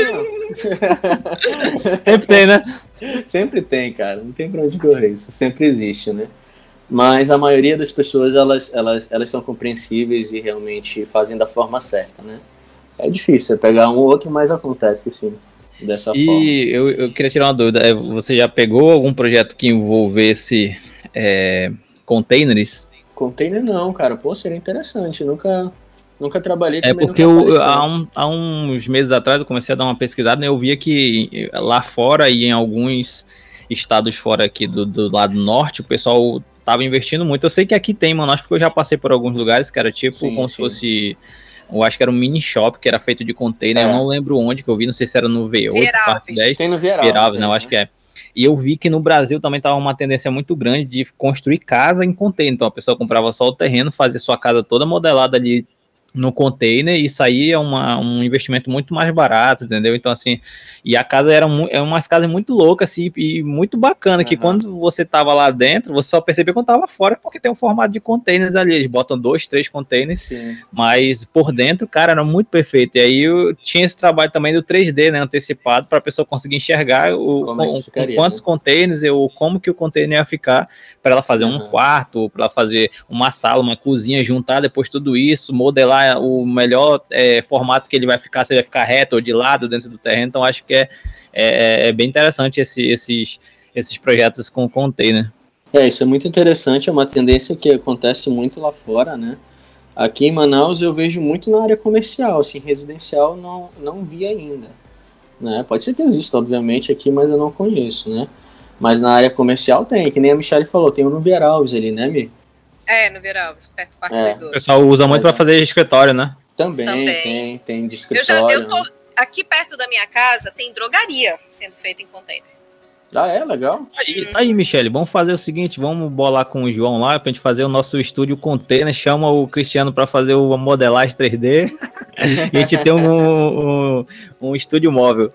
[SPEAKER 2] Sempre tem, né?
[SPEAKER 4] Sempre tem, cara. Não tem pra onde correr. Isso sempre existe, né? Mas a maioria das pessoas, elas, elas, elas são compreensíveis e realmente fazem da forma certa, né? É difícil, é pegar um ou outro, mas acontece sim, dessa
[SPEAKER 2] e
[SPEAKER 4] forma.
[SPEAKER 2] E eu, eu queria tirar uma dúvida, você já pegou algum projeto que envolvesse é, containers?
[SPEAKER 4] Container não, cara, pô, seria interessante, nunca, nunca trabalhei.
[SPEAKER 2] É porque eu, há, um, há uns meses atrás eu comecei a dar uma pesquisada e eu via que lá fora e em alguns estados fora aqui do, do lado norte, o pessoal tava investindo muito. Eu sei que aqui tem, mano, acho que eu já passei por alguns lugares que era tipo sim, como sim. se fosse, eu acho que era um mini shop que era feito de container, é. Eu não lembro onde que eu vi, não sei se era no V oito, parte dez,
[SPEAKER 4] tem no Vieralves,
[SPEAKER 2] né, eu acho que é. E eu vi que no Brasil também tava uma tendência muito grande de construir casa em container, então a pessoa comprava só o terreno, fazia sua casa toda modelada ali no container e saía uma, um investimento muito mais barato, entendeu? Então, assim, e a casa era é umas casas muito loucas, assim, e muito bacana, uhum. Que quando você tava lá dentro, você só percebia quando tava fora, porque tem um formato de containers ali, eles botam dois, três containers, sim. Mas por dentro, cara, era muito perfeito, e aí eu tinha esse trabalho também do três D, né, antecipado, para a pessoa conseguir enxergar o, com, é ficaria, com quantos né? containers, ou como que o container ia ficar, para ela fazer uhum. um quarto, para ela fazer uma sala, uma cozinha, juntar depois tudo isso, modelar o melhor é, formato que ele vai ficar, se ele vai ficar reto ou de lado dentro do terreno. Então acho que é, é, é bem interessante esse, esses, esses projetos com container.
[SPEAKER 4] É, isso é muito interessante, é uma tendência que acontece muito lá fora, né? Aqui em Manaus eu vejo muito na área comercial, assim, residencial não, não vi ainda, né? Pode ser que exista, obviamente, aqui, mas eu não conheço, né? Mas na área comercial tem, que nem a Michelle falou, tem o no Vieralves ali, né, Mi?
[SPEAKER 3] É, no Vieralves, perto do Parque é. do
[SPEAKER 2] O pessoal usa muito para fazer escritório, né?
[SPEAKER 4] Também, Também, tem, tem de escritório.
[SPEAKER 3] Eu já, eu tô, aqui perto da minha casa tem drogaria sendo feita em container.
[SPEAKER 4] Ah, é? Legal.
[SPEAKER 2] Aí, tá aí, Michele, vamos fazer o seguinte, vamos bolar com o João lá pra gente fazer o nosso estúdio container, chama o Cristiano para fazer o modelagem três D e a gente tem um, um, um estúdio móvel.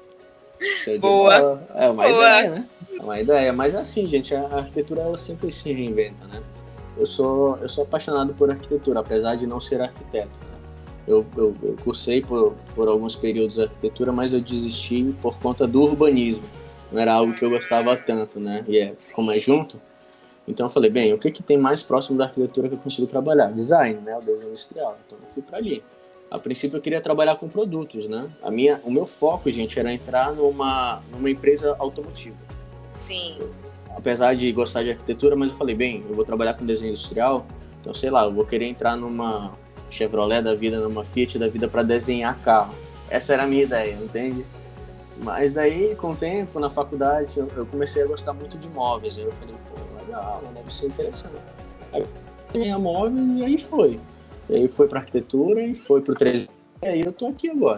[SPEAKER 3] Boa.
[SPEAKER 4] É uma
[SPEAKER 3] Boa.
[SPEAKER 4] ideia, né? É uma ideia, mas assim, gente, a arquitetura ela sempre se reinventa, né? Eu sou, eu sou apaixonado por arquitetura, apesar de não ser arquiteto. Né? Eu, eu, eu cursei por, por alguns períodos de arquitetura, mas eu desisti por conta do urbanismo. Não era algo que eu gostava tanto, né? E é, como é junto, então eu falei, bem, o que, que tem mais próximo da arquitetura que eu consigo trabalhar? Design, né? O desenho industrial. Então eu fui para ali. A princípio eu queria trabalhar com produtos, né? A minha, o meu foco, gente, era entrar numa, numa empresa automotiva.
[SPEAKER 3] Sim.
[SPEAKER 4] Apesar de gostar de arquitetura, mas eu falei, bem, eu vou trabalhar com desenho industrial, então sei lá, eu vou querer entrar numa, Chevrolet da vida, numa Fiat da vida para desenhar carro. Essa era a minha ideia, entende? Mas daí, com o tempo, na faculdade, eu, eu comecei a gostar muito de móveis. Aí eu falei, pô, legal, deve ser interessante. Aí eu desenhei móveis e aí foi. E aí foi para arquitetura e foi para o três D. E aí eu tô aqui agora.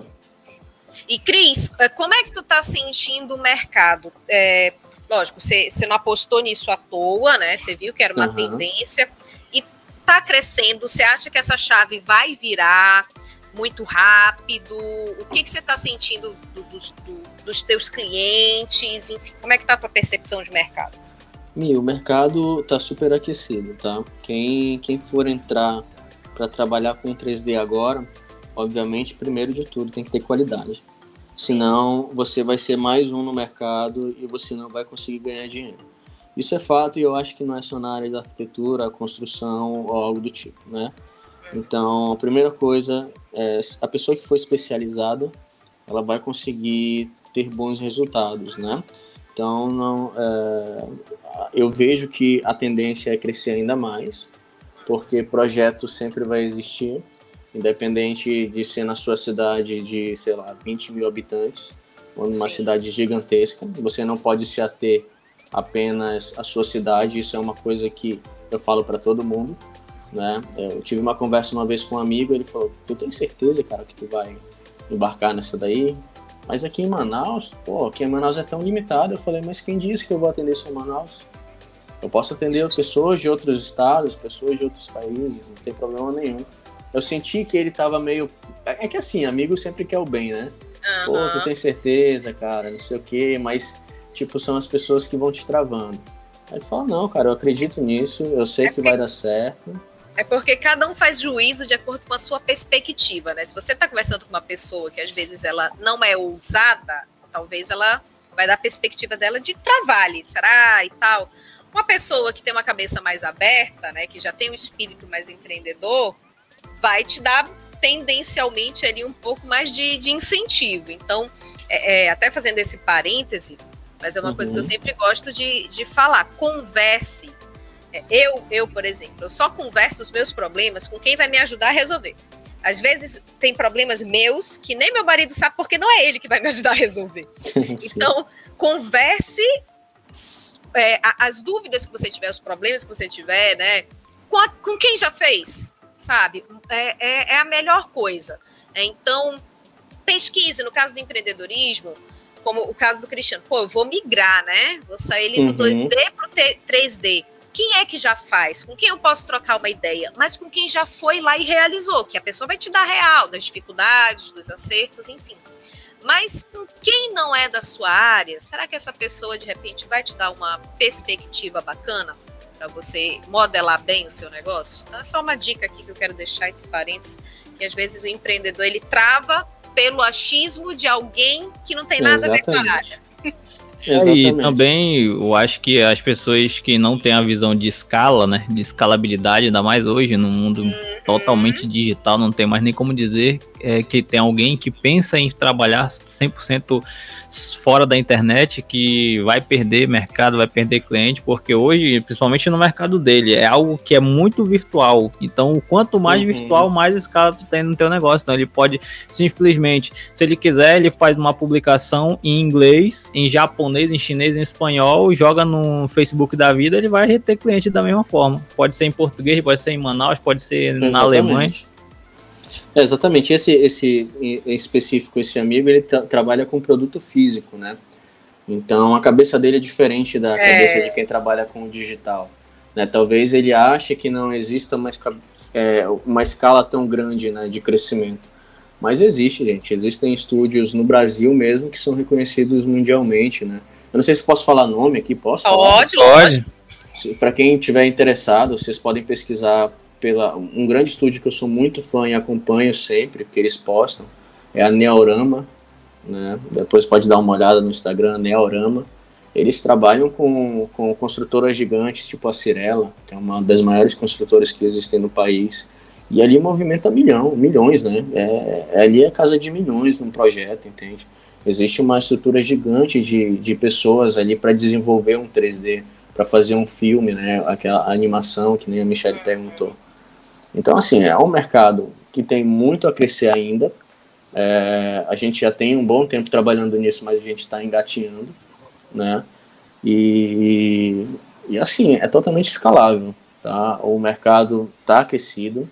[SPEAKER 3] E Cris, como é que tu tá sentindo o mercado? É, lógico, você, você não apostou nisso à toa, né? Você viu que era uma uhum. tendência e tá crescendo. Você acha que essa chave vai virar muito rápido? O que, que você tá sentindo do, dos, do, dos teus clientes? Enfim, como é que tá a tua percepção de mercado?
[SPEAKER 4] Mi, o mercado tá super aquecido, tá? Quem, quem for entrar para trabalhar com três D agora, obviamente, primeiro de tudo, tem que ter qualidade. Senão, você vai ser mais um no mercado e você não vai conseguir ganhar dinheiro. Isso é fato e eu acho que não é só na área da arquitetura, construção ou algo do tipo, né? Então, a primeira coisa é a pessoa que for especializada, ela vai conseguir ter bons resultados, né? Então, não, é, eu vejo que a tendência é crescer ainda mais, porque projeto sempre vai existir, independente de ser na sua cidade de, sei lá, vinte mil habitantes, ou numa Sim. cidade gigantesca. Você não pode se ater apenas à sua cidade, isso é uma coisa que eu falo para todo mundo, né? Eu tive uma conversa uma vez com um amigo, ele falou, tu tem certeza, cara, que tu vai embarcar nessa daí? Mas aqui em Manaus, pô, aqui em Manaus é tão limitado. Eu falei, mas quem disse que eu vou atender só Manaus? Eu posso atender pessoas de outros estados, pessoas de outros países, não tem problema nenhum. Eu senti que ele tava meio... É que assim, amigo sempre quer o bem, né? Uhum. Pô, tu tem certeza, cara, não sei o quê, mas, tipo, são as pessoas que vão te travando. Aí tu fala, não, cara, eu acredito nisso, eu sei é que porque... vai dar certo.
[SPEAKER 3] É porque cada um faz juízo de acordo com a sua perspectiva, né? Se você tá conversando com uma pessoa que às vezes ela não é ousada, talvez ela vai dar a perspectiva dela de trabalho, será? E tal. Uma pessoa que tem uma cabeça mais aberta, né, que já tem um espírito mais empreendedor, vai te dar tendencialmente ali um pouco mais de, de incentivo. Então, é, é, até fazendo esse parêntese, mas é uma uhum. coisa que eu sempre gosto de, de falar, converse. É, eu, eu, por exemplo, eu só converso os meus problemas com quem vai me ajudar a resolver. Às vezes tem problemas meus que nem meu marido sabe porque não é ele que vai me ajudar a resolver. Então, converse é, as dúvidas que você tiver, os problemas que você tiver, né? Com, a, com quem já fez, sabe? É, é, é a melhor coisa. É, então, pesquise. No caso do empreendedorismo, como o caso do Cristiano. Pô, eu vou migrar, né? Vou sair ali do uhum. dois D para o três D. Quem é que já faz? Com quem eu posso trocar uma ideia? Mas com quem já foi lá e realizou, que a pessoa vai te dar real das dificuldades, dos acertos, enfim. Mas com quem não é da sua área, será que essa pessoa, de repente, vai te dar uma perspectiva bacana para você modelar bem o seu negócio? Então, é só uma dica aqui que eu quero deixar entre parênteses, que às vezes o empreendedor, ele trava pelo achismo de alguém que não tem nada Exatamente. a ver com a área.
[SPEAKER 2] E também eu acho que as pessoas que não têm a visão de escala, né, de escalabilidade, ainda mais hoje, no mundo uhum. totalmente digital, não tem mais nem como dizer é, que tem alguém que pensa em trabalhar cem por cento fora da internet, que vai perder mercado, vai perder cliente, porque hoje, principalmente no mercado dele, é algo que é muito virtual. Então, quanto mais uhum. virtual, mais escala tu tem no teu negócio. Então, ele pode simplesmente, se ele quiser, ele faz uma publicação em inglês, em japonês, em chinês, em espanhol, joga no Facebook da vida, ele vai reter cliente da mesma forma. Pode ser em português, pode ser em Manaus, pode ser Exatamente. na Alemanha.
[SPEAKER 4] É, exatamente, esse, esse em específico, esse amigo, ele tra- trabalha com produto físico, né? Então a cabeça dele é diferente da é. cabeça de quem trabalha com digital, né? Talvez ele ache que não exista uma, esca- é, uma escala tão grande, né, de crescimento, mas existe, gente, existem estúdios no Brasil mesmo que são reconhecidos mundialmente, né? Eu não sei se posso falar nome aqui, posso falar?
[SPEAKER 3] Pode, pode.
[SPEAKER 4] Para quem estiver interessado, vocês podem pesquisar pela um grande estúdio que eu sou muito fã e acompanho sempre, porque eles postam, é a Neorama, né? Depois pode dar uma olhada no Instagram, Neorama. Eles trabalham com, com construtoras gigantes, tipo a Cirela, que é uma das maiores construtoras que existem no país, e ali movimenta milhão, milhões, né? É, ali é casa de milhões num projeto, entende? Existe uma estrutura gigante de, de pessoas ali para desenvolver um três D, para fazer um filme, né? Aquela animação que nem a Michelle perguntou. Então, assim, é um mercado que tem muito a crescer ainda. É, a gente já tem um bom tempo trabalhando nisso, mas a gente está engatinhando, né? E, e, assim, é totalmente escalável, tá? O mercado está aquecido.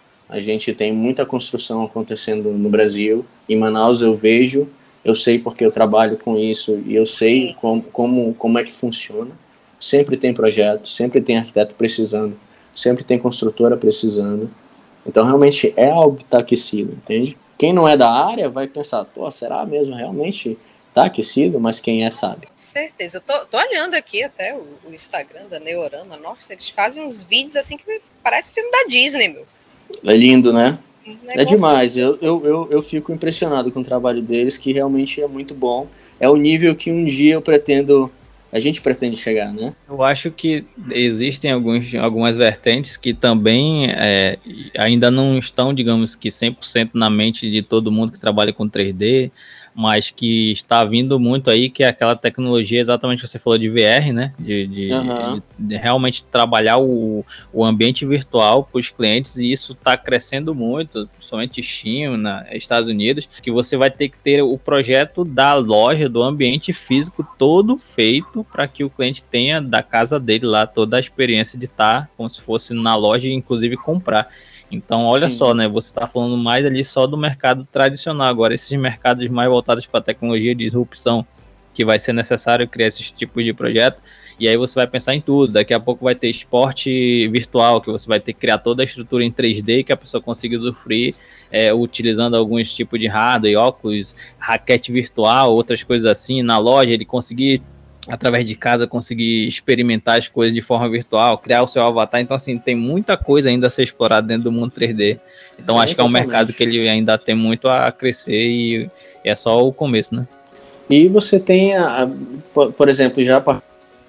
[SPEAKER 4] A gente tem muita construção acontecendo no Brasil. Em Manaus eu vejo, eu sei porque eu trabalho com isso e eu sei como, como, como é que funciona. Sempre tem projeto, sempre tem arquiteto precisando, sempre tem construtora precisando. Então, realmente, é algo que está aquecido, entende? Quem não é da área vai pensar, pô, será mesmo realmente está aquecido? Mas quem é sabe.
[SPEAKER 3] Com certeza. Eu tô, tô olhando aqui até o, o Instagram da Neorama. Nossa, eles fazem uns vídeos assim que parece filme da Disney, meu.
[SPEAKER 4] É lindo, né?
[SPEAKER 3] Um
[SPEAKER 4] é demais. Eu, eu, eu, eu fico impressionado com o trabalho deles, que realmente é muito bom. É o nível que um dia eu pretendo... A gente pretende chegar, né?
[SPEAKER 2] Eu acho que existem alguns, algumas vertentes que também é, ainda não estão, digamos que cem por cento na mente de todo mundo que trabalha com três D, mas que está vindo muito aí, que é aquela tecnologia, exatamente que você falou de V R, né? De, de, uhum. de, de realmente trabalhar o, o ambiente virtual para os clientes, e isso está crescendo muito, principalmente China, Estados Unidos, que você vai ter que ter o projeto da loja, do ambiente físico todo feito para que o cliente tenha da casa dele lá toda a experiência de estar como se fosse na loja e inclusive comprar. Então, olha Sim. só, né? Você está falando mais ali só do mercado tradicional. Agora, esses mercados mais voltados para a tecnologia de disrupção, que vai ser necessário criar esses tipos de projeto. E aí você vai pensar em tudo. Daqui a pouco vai ter esporte virtual, que você vai ter que criar toda a estrutura em três D que a pessoa consiga usufruir, é, utilizando alguns tipos de hardware, óculos, raquete virtual, outras coisas assim. Na loja, ele conseguir, através de casa, conseguir experimentar as coisas de forma virtual, criar o seu avatar. Então, assim, tem muita coisa ainda a ser explorada dentro do mundo três D. Então, é, acho que é um mercado que ele ainda tem muito a crescer e é só o começo, né?
[SPEAKER 4] E você tem, a, a, por, por exemplo, já para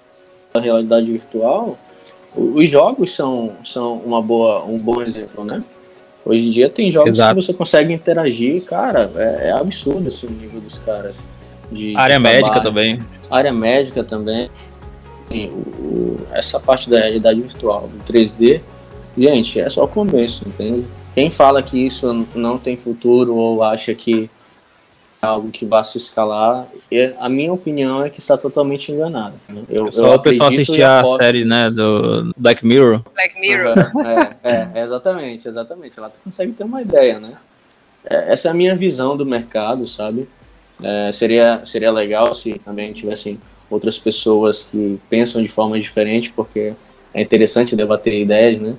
[SPEAKER 4] a realidade virtual, os jogos são, são uma boa, um bom exemplo, né? Hoje em dia tem jogos Exato. que você consegue interagir, cara, é, é absurdo esse nível dos caras. De,
[SPEAKER 2] área
[SPEAKER 4] de
[SPEAKER 2] médica também.
[SPEAKER 4] Área médica também. Sim, o, o, essa parte da realidade virtual, do três D, gente, é só o começo, entende? Quem fala que isso não tem futuro ou acha que é algo que vai se escalar, é, a minha opinião é que está totalmente enganado. Né? Eu,
[SPEAKER 2] só eu o pessoal assistir a série, né, do Black Mirror.
[SPEAKER 3] Black Mirror.
[SPEAKER 4] É, é, é, exatamente, exatamente. Lá tu consegue ter uma ideia, né? É, essa é a minha visão do mercado, sabe? É, seria, seria legal se também tivessem outras pessoas que pensam de forma diferente, porque é interessante debater ideias, né?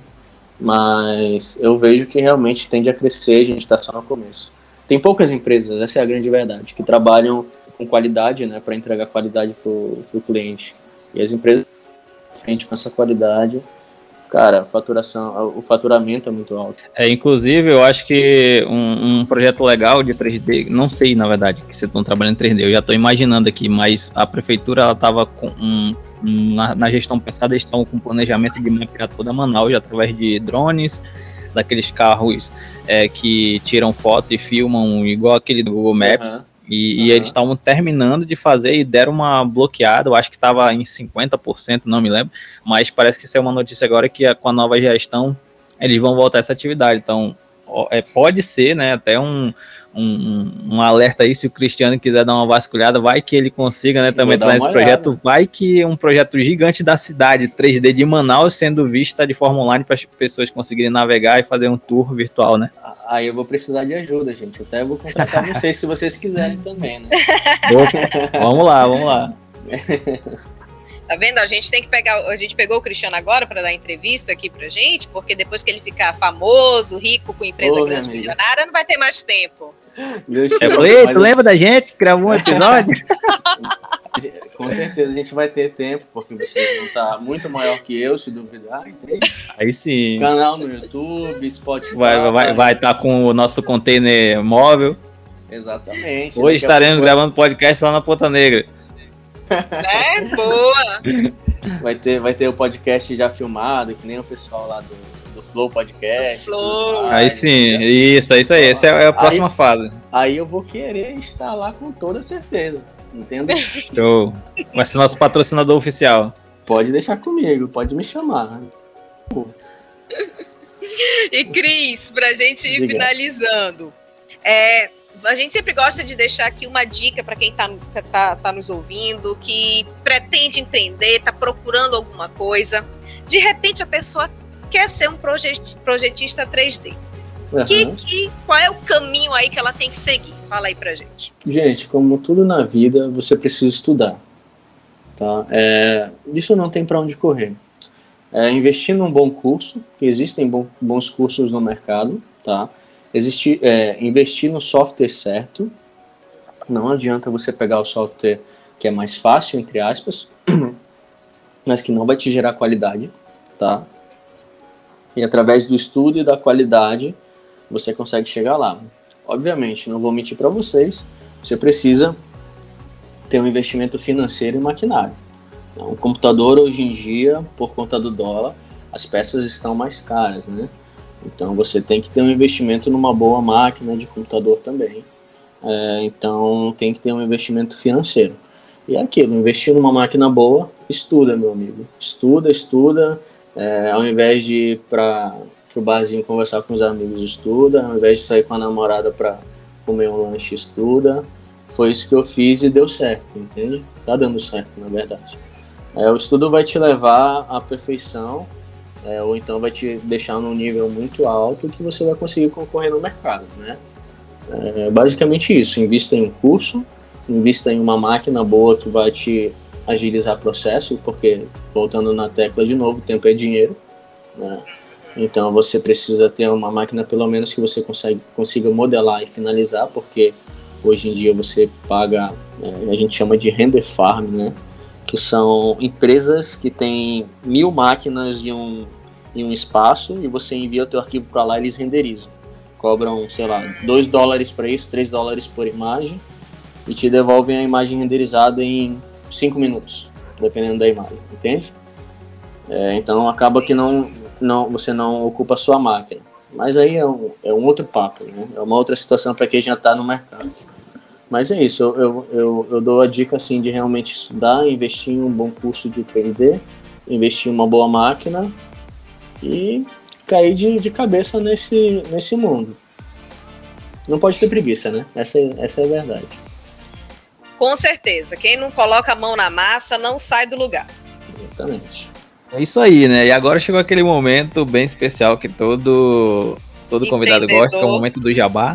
[SPEAKER 4] Mas eu vejo que realmente tende a crescer, a gente está só no começo. Tem poucas empresas, essa é a grande verdade, que trabalham com qualidade, né, para entregar qualidade para o cliente. E as empresas frente com essa qualidade, cara, a faturação, o faturamento é muito alto.
[SPEAKER 2] É, inclusive, eu acho que um, um projeto legal de três D, não sei, na verdade, que vocês estão trabalhando em três D, eu já estou imaginando aqui, mas a prefeitura, ela estava com um, um, na, na gestão passada, eles estavam com planejamento de mapear toda Manaus através de drones, daqueles carros é, que tiram foto e filmam igual aquele do Google Maps. Uhum. E, uhum. e eles estavam terminando de fazer e deram uma bloqueada, eu acho que estava em cinquenta por cento, não me lembro, mas parece que saiu uma notícia agora que com a nova gestão eles vão voltar essa atividade. Então, é, pode ser, né, até um, um, um alerta aí, se o Cristiano quiser dar uma vasculhada, vai que ele consiga, né, também entrar nesse projeto, vai que um projeto gigante da cidade, três D de Manaus, sendo vista de forma online para as pessoas conseguirem navegar e fazer um tour virtual, né?
[SPEAKER 4] Aí eu vou precisar de ajuda, gente, até eu vou contratar vocês se vocês quiserem também, né?
[SPEAKER 2] Vamos lá, vamos lá.
[SPEAKER 3] Tá vendo? A gente tem que pegar, a gente pegou o Cristiano agora para dar entrevista aqui pra gente, porque depois que ele ficar famoso, rico, com empresa Ô, grande, milionária, não vai ter mais tempo.
[SPEAKER 2] Eu falei, tu lembra da gente? Gravou um episódio?
[SPEAKER 4] Com certeza a gente vai ter tempo, porque vocês vão estar muito maior que eu, se duvidar, entende?
[SPEAKER 2] Aí sim.
[SPEAKER 4] Canal no YouTube, Spotify.
[SPEAKER 2] Vai vai, vai estar com o nosso container móvel.
[SPEAKER 4] Exatamente.
[SPEAKER 2] Hoje estaremos pouco... gravando podcast lá na Ponta Negra.
[SPEAKER 3] É, boa!
[SPEAKER 4] Vai ter, vai ter o podcast já filmado, que nem o pessoal lá do, do Flow Podcast.
[SPEAKER 3] Flow.
[SPEAKER 2] Aí sim, né? isso, isso aí, essa é a próxima
[SPEAKER 4] aí,
[SPEAKER 2] fase.
[SPEAKER 4] Aí eu vou querer estar lá com toda certeza, entendeu?
[SPEAKER 2] Show! Vai ser nosso patrocinador oficial.
[SPEAKER 4] Pode deixar comigo, pode me chamar.
[SPEAKER 3] E Cris, para a gente ir
[SPEAKER 4] Diga.
[SPEAKER 3] finalizando, é, a gente sempre gosta de deixar aqui uma dica para quem está tá, tá nos ouvindo, que pretende empreender, está procurando alguma coisa. De repente a pessoa quer ser um projet, projetista três D.
[SPEAKER 4] Uhum.
[SPEAKER 3] Que, que, qual é o caminho aí que ela tem que seguir? Fala aí pra gente.
[SPEAKER 4] Gente, como tudo na vida, você precisa estudar. Tá? É, isso não tem para onde correr. É, investir num bom curso, que existem bom, bons cursos no mercado, tá? Existir, é, investir no software certo. Não adianta você pegar o software que é mais fácil, entre aspas, mas que não vai te gerar qualidade, tá? E através do estudo e da qualidade, você consegue chegar lá. Obviamente, não vou mentir para vocês, você precisa ter um investimento financeiro em maquinário. Um computador hoje em dia, por conta do dólar, as peças estão mais caras, né? Então você tem que ter um investimento numa boa máquina de computador também. É, então tem que ter um investimento financeiro. E é aquilo, investir numa máquina boa, estuda, meu amigo. Estuda, estuda, é, ao invés de ir para o barzinho conversar com os amigos, estuda. Ao invés de sair com a namorada para comer um lanche, estuda. Foi isso que eu fiz e deu certo, entende? Tá dando certo, na verdade. É, o estudo vai te levar à perfeição, é, ou então vai te deixar num nível muito alto que você vai conseguir concorrer no mercado, né? É basicamente isso, invista em um curso, invista em uma máquina boa que vai te agilizar o processo, porque, voltando na tecla de novo, tempo é dinheiro, né? Então você precisa ter uma máquina pelo menos que você consegue, consiga modelar e finalizar, porque hoje em dia você paga, é, a gente chama de render farm, né? Que são empresas que têm mil máquinas em um, em um espaço e você envia o teu arquivo para lá e eles renderizam. Cobram, sei lá, dois dólares para isso, três dólares por imagem e te devolvem a imagem renderizada em cinco minutos, dependendo da imagem, entende? É, então acaba que não, não, você não ocupa a sua máquina. Mas aí é um, é um outro papo, né? É uma outra situação para quem já está no mercado. Mas é isso, eu, eu, eu, eu dou a dica assim, de realmente estudar, investir em um bom curso de três D, investir em uma boa máquina e cair de, de cabeça nesse, nesse mundo. Não pode ter preguiça, né? Essa, essa é a verdade.
[SPEAKER 3] Com certeza, quem não coloca a mão na massa não sai do lugar.
[SPEAKER 4] Exatamente.
[SPEAKER 2] É isso aí, né? E agora chegou aquele momento bem especial que todo, todo convidado gosta, que é o momento do jabá.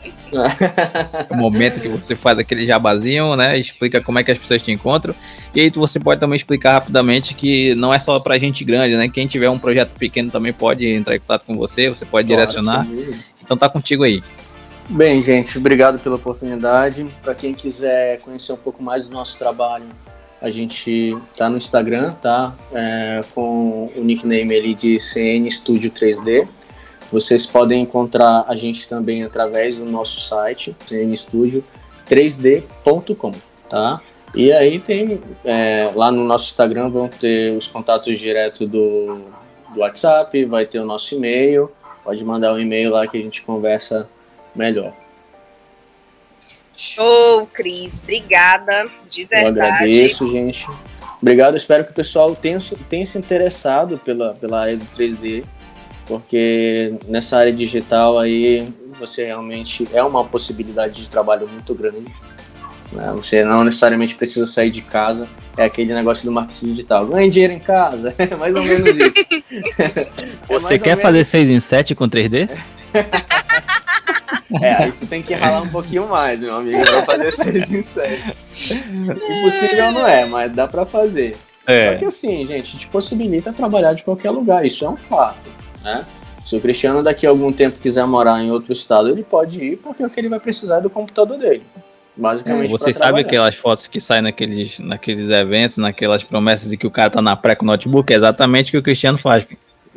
[SPEAKER 2] É o momento que você faz aquele jabazinho, né? Explica como é que as pessoas te encontram. E aí você pode também explicar rapidamente que não é só pra gente grande, né? Quem tiver um projeto pequeno também pode entrar em contato com você, você pode claro, direcionar. Sim. Então tá contigo aí.
[SPEAKER 4] Bem, gente, obrigado pela oportunidade. Para quem quiser conhecer um pouco mais do nosso trabalho, a gente tá no Instagram, tá? É, com o nickname ali de C N Studio três D. Vocês podem encontrar a gente também através do nosso site, C N Studio três D ponto com, tá? E aí tem, é, lá no nosso Instagram vão ter os contatos direto do, do WhatsApp, vai ter o nosso e-mail, pode mandar um e-mail lá que a gente conversa melhor.
[SPEAKER 3] Show, Cris, obrigada, de verdade.
[SPEAKER 4] Eu agradeço, gente. Obrigado, espero que o pessoal tenha, tenha se interessado pela, pela área do três D, porque nessa área digital aí você realmente é uma possibilidade de trabalho muito grande, né? Você não necessariamente precisa sair de casa, é aquele negócio do marketing digital, ganhe dinheiro em casa, é mais ou menos isso.
[SPEAKER 2] Você
[SPEAKER 4] é
[SPEAKER 2] quer menos... fazer seis em sete com três D?
[SPEAKER 4] É, aí tu tem que ralar um pouquinho mais, meu amigo, pra fazer seis em sete. Impossível não é, mas dá pra fazer. É. Só que assim, gente, te possibilita trabalhar de qualquer lugar, isso é um fato. Né? Se o Cristiano daqui a algum tempo quiser morar em outro estado, ele pode ir, porque o que ele vai precisar é do computador dele. Basicamente.
[SPEAKER 2] É, você sabe aquelas fotos que saem naqueles, naqueles eventos, naquelas promessas de que o cara tá na praia com o notebook? É exatamente o que o Cristiano faz.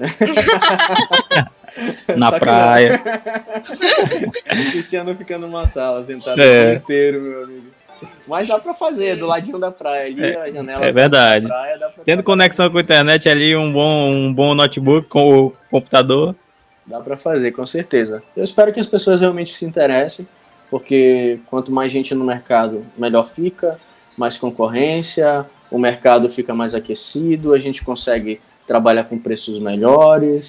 [SPEAKER 2] Na praia.
[SPEAKER 4] O Cristiano fica numa sala, sentado é. o dia inteiro, meu amigo. Mas dá pra fazer, do ladinho da praia ali, é, a janela
[SPEAKER 2] é verdade.
[SPEAKER 4] Da praia, dá pra
[SPEAKER 2] tendo conexão assim. Com a internet ali, um bom, um bom notebook com o computador.
[SPEAKER 4] Dá pra fazer, com certeza. Eu espero que as pessoas realmente se interessem, porque quanto mais gente no mercado, melhor fica, mais concorrência, o mercado fica mais aquecido, a gente consegue trabalhar com preços melhores,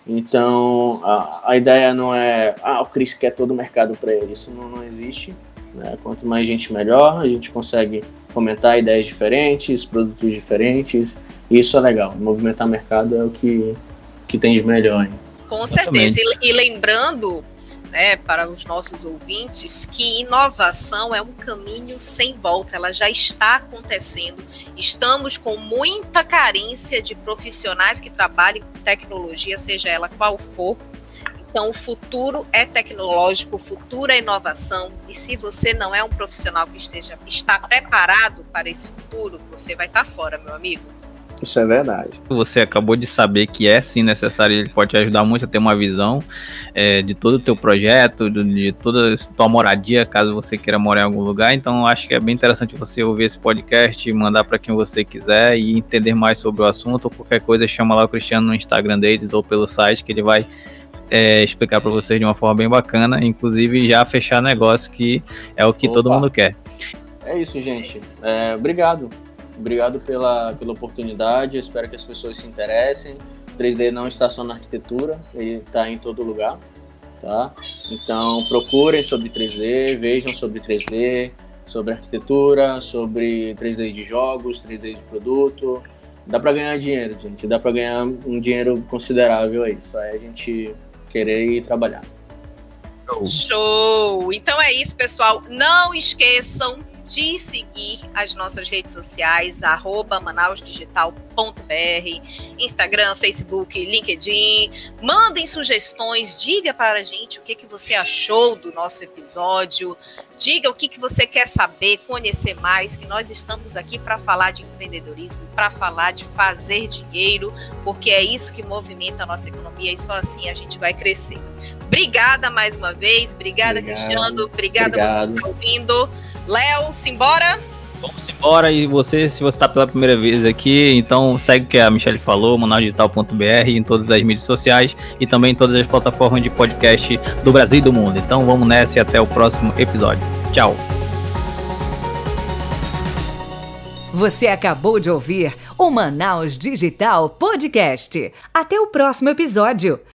[SPEAKER 4] Então, a, a ideia não é, ah, o Cris quer todo o mercado para ele, isso não, não existe, né? Quanto mais gente, melhor, a gente consegue fomentar ideias diferentes, produtos diferentes, e isso é legal, movimentar mercado é o que, que tem de melhor, hein?
[SPEAKER 3] Com certeza, e, e lembrando, né, para os nossos ouvintes, que inovação é um caminho sem volta, ela já está acontecendo. Estamos com muita carência de profissionais que trabalhem com tecnologia, seja ela qual for. Então, o futuro é tecnológico, o futuro é inovação, e se você não é um profissional que esteja, está preparado para esse futuro, você vai estar fora, meu amigo.
[SPEAKER 4] Isso é verdade.
[SPEAKER 2] Você acabou de saber que é sim necessário, ele pode te ajudar muito a ter uma visão é, de todo o teu projeto, de, de toda a tua moradia, caso você queira morar em algum lugar. Então acho que é bem interessante você ouvir esse podcast, mandar para quem você quiser e entender mais sobre o assunto, ou qualquer coisa, chama lá o Cristiano no Instagram deles ou pelo site, que ele vai é, explicar para vocês de uma forma bem bacana, inclusive já fechar negócio, que é o que Opa. todo mundo quer.
[SPEAKER 4] É isso, gente. É, obrigado. Obrigado pela, pela oportunidade, espero que as pessoas se interessem. três D não está só na arquitetura, ele está em todo lugar, tá? Então procurem sobre três D, vejam sobre três D, sobre arquitetura, sobre três D de jogos, três D de produto. Dá para ganhar dinheiro, gente, dá para ganhar um dinheiro considerável aí, só é a gente querer ir trabalhar.
[SPEAKER 3] Show! Então é isso, pessoal. Não esqueçam de seguir as nossas redes sociais, arroba manaus digital ponto b r, Instagram, Facebook, LinkedIn. Mandem sugestões, diga para a gente o que, que você achou do nosso episódio, diga o que, que você quer saber, conhecer mais, que nós estamos aqui para falar de empreendedorismo, para falar de fazer dinheiro, porque é isso que movimenta a nossa economia e só assim a gente vai crescer. Obrigada mais uma vez, obrigada, Obrigado. Cristiano, obrigada a você que está ouvindo. Léo, simbora?
[SPEAKER 2] Vamos embora, e você, se você está pela primeira vez aqui, então segue o que a Michelle falou, manaus digital ponto b r, em todas as mídias sociais e também em todas as plataformas de podcast do Brasil e do mundo. Então vamos nessa e até o próximo episódio. Tchau!
[SPEAKER 1] Você acabou de ouvir o Manaus Digital Podcast. Até o próximo episódio.